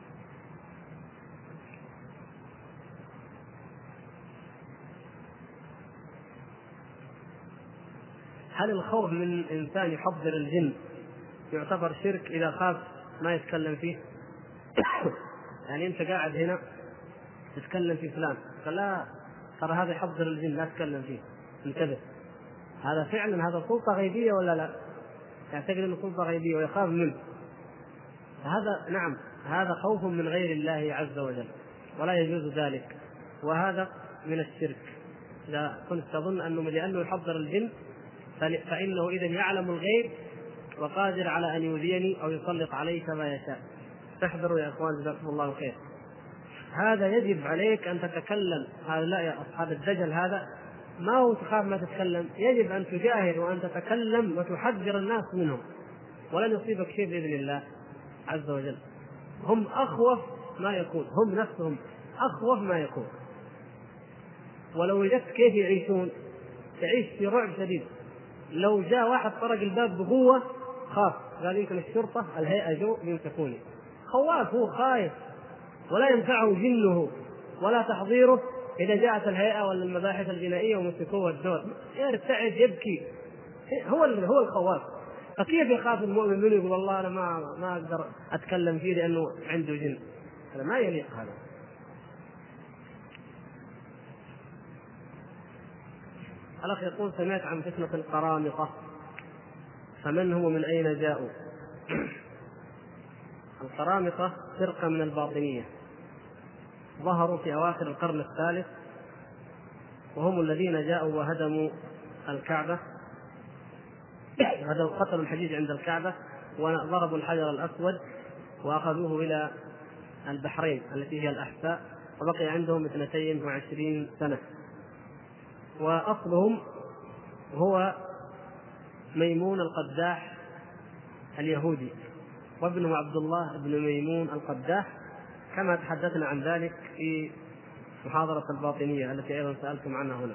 هل الخوف من إنسان يحضر الجن يعتبر شرك إذا خاف ما يتكلم فيه؟ يعني أنت قاعد هنا تتكلم في فلان، قال لا ترى هذا يحضر الجن لا تتكلم فيه، انتبه. هذا فعلا هذا سلطة غيبية ولا لا؟ يعتقد أنه سلطة غيبية ويخاف منه، هذا نعم هذا خوف من غير الله عز وجل ولا يجوز ذلك، وهذا من الشرك. إذا كنت تظن أنه لأنه يحضر الجن فإنه إذن يعلم الغيب وقادر على أن يؤذيني أو يسلط علي كما يشاء. تحذروا يا أخوان جزاكم الله خير. هذا يجب عليك أن تتكلم. هؤلاء يا أصحاب الدجل هذا ما هو تخاف ما تتكلم، يجب أن تجاهر وأن تتكلم وتحذر الناس منهم، ولن يصيبك شيء بإذن الله عز وجل. هم أخوف ما يكون، هم نفسهم أخوف ما يكون. ولو وجدت كيف يعيشون، تعيش في رعب شديد. لو جاء واحد طرق الباب بقوة خاف، قال يمكن الشرطة الهيئة جو يمسكوني. خواف، هو خايف، ولا ينفعه جنه ولا تحضيره إذا جاءت الهيئة ولا المباحث الجنائية ومسكوه والدور يرتعد يبكي. هو الخواف. فكيف يخاف المؤمن منه يقول والله أنا ما أقدر أتكلم فيه لأنه عنده جن؟ هذا ما يليق. هذا الأخ يقول سمعت عن فتنة القرامطة، فمن هم من أين جاءوا؟ القرامطة فرقة من الباطنية، ظهروا في أواخر القرن الثالث، وهم الذين جاءوا وهدموا الكعبة، قتلوا الحجيج عند الكعبة وضربوا الحجر الأسود وأخذوه إلى البحرين التي هي الأحساء، وبقي عندهم 22 سنة. وأصلهم هو ميمون القداح اليهودي، وابنه عبد الله بن ميمون القداح، كما تحدثنا عن ذلك في محاضرة الباطنية التي أيضا سألتم عنها هنا.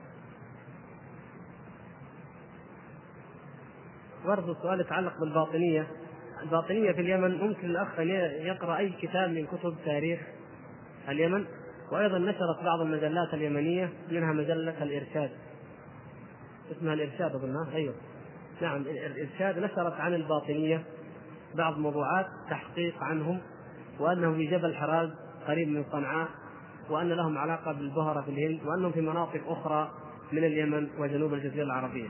برضو سؤال يتعلق بالباطنية. الباطنية في اليمن ممكن الأخ أن يقرأ أي كتاب من كتب تاريخ اليمن، وأيضا نشرت بعض المجلات اليمنية منها مجلة الإرشاد، اسمها الإرشاد أظنها، أيوه نعم الإرشاد، نشرت عن الباطنية بعض موضوعات تحقيق عنهم، وأنهم في جبل حراز قريب من صنعاء، وأن لهم علاقة بالبهرة في الهند، وأنهم في مناطق أخرى من اليمن وجنوب الجزيرة العربية.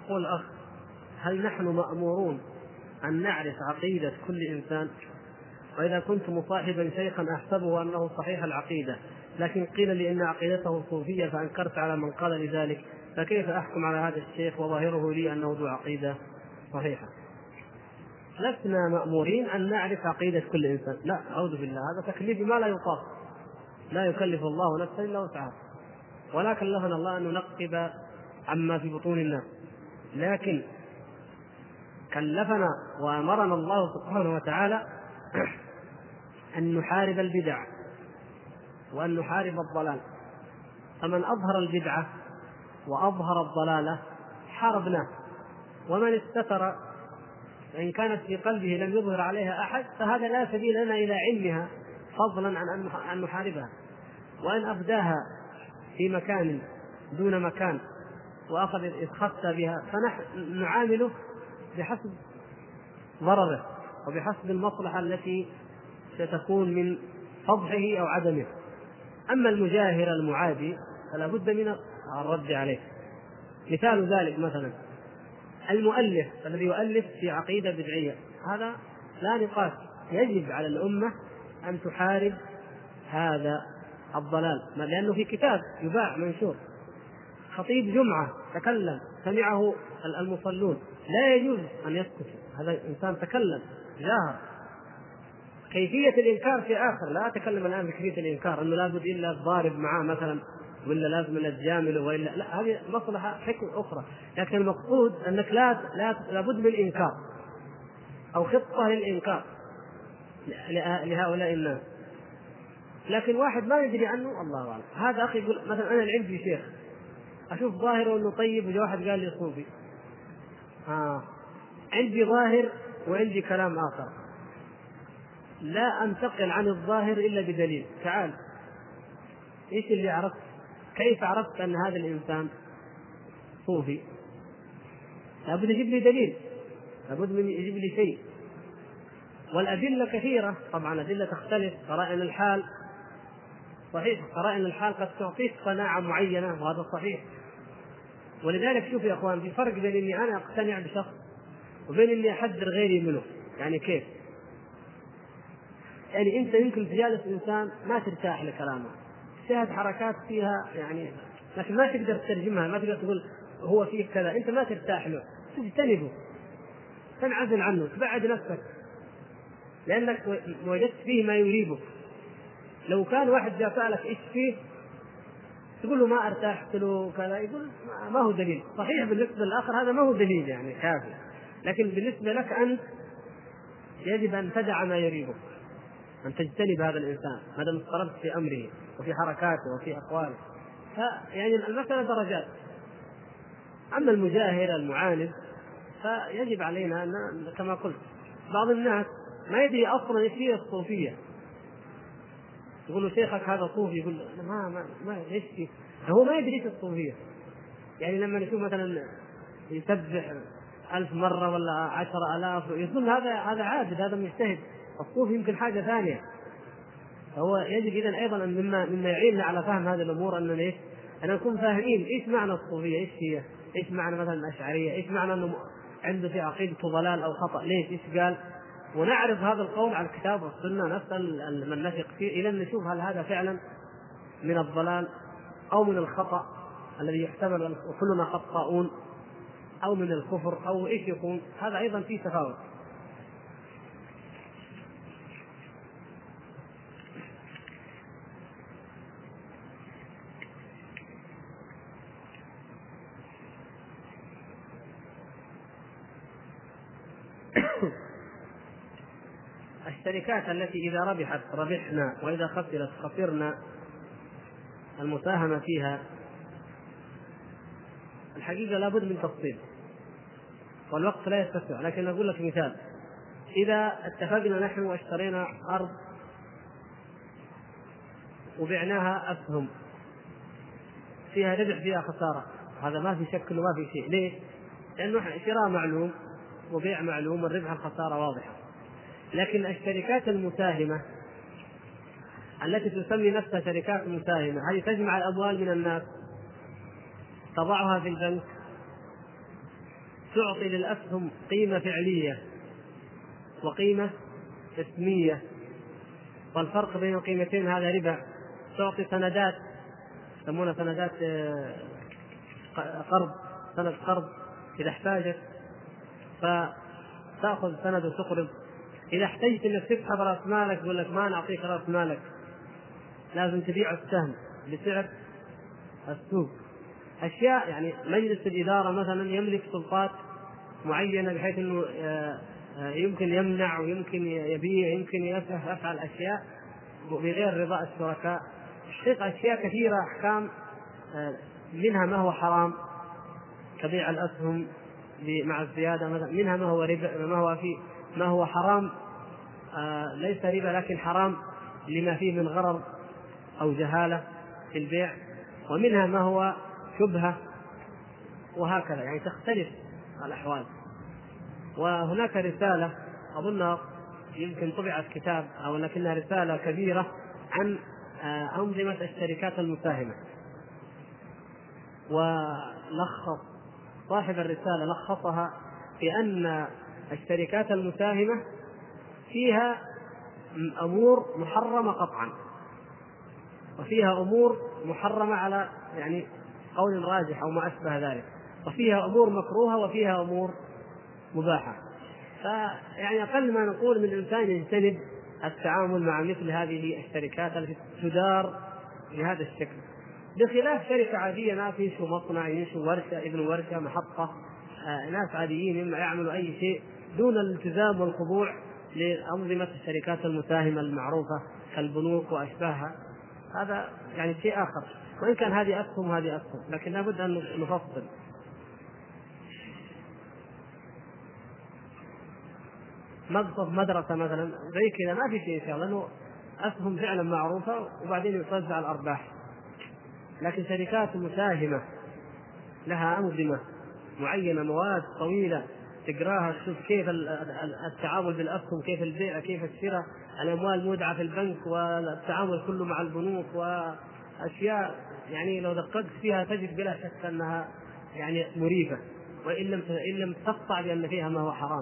يقول أخ: هل نحن مأمورون أن نعرف عقيدة كل إنسان؟ وإذا كنت مصاحبا شيخا أحسبه أنه صحيح العقيدة، لكن قيل لي إن عقيدته صوفية فأنكرت على من قال لذلك، فكيف أحكم على هذا الشيخ وظاهره لي أنه ذو عقيدة صحيحة؟ لسنا مأمورين أن نعرف عقيدة كل إنسان، لا، أعوذ بالله، هذا تكليف ما لا يطاق، لا يكلف الله نفسا إلا وسعها، ولا كلفنا الله أن ننقب عما في بطون الناس، لكن كلفنا وأمرنا الله سبحانه وتعالى أن نحارب البدع وأن نحارب الضلال، فمن أظهر البدعة وأظهر الضلالة حاربناه، ومن استتر إن كانت في قلبه لم يظهر عليها أحد فهذا لا سبيل لنا إلى علمها فضلا عن أن نحاربها، وأن أبداها في مكان دون مكان وأخذ إتخذت بها فنحن نعامله بحسب ضرره وبحسب المصلحة التي ستكون من فضحه أو عدمه. أما المجاهر المعادي فلا بد من الرد عليه. مثال ذلك مثلا المؤلف الذي يؤلف في عقيدة بدعية، هذا لا نقاش، يجب على الأمة أن تحارب هذا الضلال، لأنه في كتاب يباع منشور. خطيب جمعة تكلم سمعه المصلون، لا يجوز أن يسكت، هذا إنسان تكلم جاهر. كيفية الإنكار في آخر، لا أتكلم الآن بكيفية الإنكار أنه لابد إلا الضارب معاه مثلا ولا لازم الجامل وإلا لا، هذه مصلحة حكم أخرى، لكن المقصود أنك لابد من الإنكار أو خطة للإنكار لهؤلاء الناس. لكن واحد ما يدري عنه الله أعلم، هذا أخي يقول مثلا أنا عندي شيخ أشوف ظاهره أنه طيب وجاء واحد قال لي صوفي، عندي ظاهر وعندي كلام آخر، لا أنتقل عن الظاهر إلا بدليل. تعال، إيش اللي عرفت؟ كيف عرفت أن هذا الإنسان صوفي؟ لابد يجيب لي دليل، لابد من يجيب لي شيء، والأدلة كثيرة طبعا، الأدلة تختلف، قرائن الحال صحيح، قرائن الحال قد تعطيك قناعة معينة وهذا صحيح. ولذلك شوف يا أخوان، في فرق بين إني أنا أقتنع بشخص وبين إني أحذر غيري منه. يعني كيف؟ يعني أنت يمكن تجالس إنسان ما ترتاح لكلامه، تشاهد حركات فيها يعني لكن ما تقدر تترجمها، ما تقدر تقول هو فيه كذا، أنت ما ترتاح له، تجتنبه، تنعزل عنه، تبعد نفسك، لأنك وجدت فيه ما يريبك. لو كان واحد جاء سألك إيش فيه تقول له ما ارتحت له كذا، يقول ما هو دليل. صحيح بالنسبة للآخر هذا ما هو دليل يعني كافي، لكن بالنسبة لك أنت يجب أن تدع ما يريبك، أن تجتنب هذا الإنسان ما دام اضطربت في أمره وفي حركاته وفي أقواله. يعني المسألة درجات. أما المجاهر المعاند فيجب علينا أن كما قلت بعض الناس ما يدري أصلا إيش هي الصوفية، يقول له شيخك هذا صوفي، يقول ما ليش فيه؟ هو ما يدري ايش الصوفية. يعني لما نشوف مثلا يسبح 1000 مرة ولا 10,000 يظن هذا عابد، هذا مجتهد. الصوفي يمكن حاجة ثانية. هو يجب إذن أيضا أن مما يعيننا على فهم هذه الأمور أن نكون فاهمين إيش معنى الصوفية، إيش هي، إيش معنى مثلا الأشعرية، إيش معنى أنه عنده في عقيدته ضلال أو خطأ، ليش، إيش قال، ونعرف هذا القول على الكتاب والسنة، نسأل من نثق فيه إلى أن نشوف هل هذا فعلا من الضلال أو من الخطأ الذي يحتمل وكلنا خطاؤون، أو من الكفر، أو إيش يكون. هذا أيضا فيه تفاوت. الشركات التي إذا ربحت ربحنا وإذا خسرت خسرنا، المساهمة فيها الحقيقة لابد من تفصيل والوقت لا يستطيع، لكن أقول لك مثال. إذا اتفقنا نحن واشترينا أرض وبعناها أسهم فيها ربح فيها خسارة، هذا ما في شك وما في شيء. ليش؟ لأنه شراء معلوم وبيع معلوم والربح الخسارة واضحة. لكن الشركات المساهمة التي تسمي نفسها شركات مساهمة، هذه تجمع الأموال من الناس، تضعها في البنك تعطي للأسهم قيمة فعلية وقيمة اسمية، والفرق بين القيمتين هذا ربا. تعطي سندات يسمونها سندات قرض، سند قرض إذا احتاجت فتأخذ سند وتقرض. إذا احتجت أنك تسحب رأس مالك يقول لك ما نعطيك رأس مالك، لازم تبيع السهم بسعر السوق. أشياء يعني مجلس الإدارة مثلا يملك سلطات معينة بحيث أنه يمكن يمنع ويمكن يبيع، يمكن يفعل أشياء بغير رضا الشركاء. حقيقة أشياء كثيرة أحكام، منها ما هو حرام كبيع الأسهم مع الزيادة مثلا، منها ما هو ربا، ما هو حرام ليس ربا لكن حرام لما فيه من غرر أو جهالة في البيع، ومنها ما هو شبهة، وهكذا يعني تختلف الأحوال. وهناك رسالة أظنها يمكن طبعت كتاب أو لكنها رسالة كبيرة عن أنظمة الشركات المساهمة، ولخص صاحب الرسالة لخصها في أن الشركات المساهمة فيها أمور محرمة قطعا، وفيها أمور محرمة على يعني قول راجح أو ما أشبه ذلك، وفيها أمور مكروهة وفيها أمور مباحة. فيعني أقل ما نقول من الإنسان يجتنب التعامل مع مثل هذه الشركات التي تدار بهذا الشكل، بخلاف شركة عادية ما في شو مصنع ينشو ورشة ابن ورشة محطة، ناس عاديين مما يعملوا أي شيء دون الالتزام والخضوع لأنظمة الشركات المساهمة المعروفة كالبنوك وأشباهها. هذا يعني شيء آخر، وإن كان هذه أسهم وهذه أسهم، لكن لابد أن نفصل. مقصد مدرسة مثلا زي كذا ما في شيء إن شاء الله، لأنه أسهم فعلا معروفة وبعدين يوزع الأرباح. لكن شركات مساهمة لها أنظمة معينة، مواد طويلة تقراها تشوف كيف التعامل بالأسهم، كيف البيع، كيف الشراء، الأموال مودعة في البنك، والتعامل كله مع البنوك، وأشياء يعني لو دققت فيها تجد بلا شك أنها يعني مريبة، وإن لم تقطع بأن فيها ما هو حرام.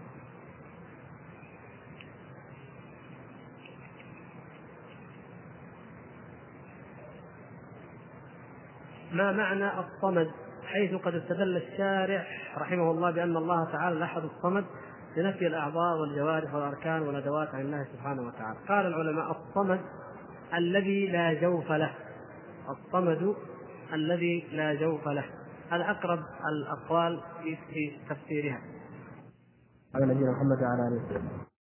ما معنى الصمد حيث قد استدل الشارع رحمه الله بأن الله تعالى الأحد الصمد لنفي الأعضاء والجوارح والأركان والأدوات عن الله سبحانه وتعالى؟ قال العلماء الصمد الذي لا جوف له، الصمد الذي لا جوف له، هذا أقرب الأقوال في تفسيرها. على نبينا محمد وعلى آله وسلم.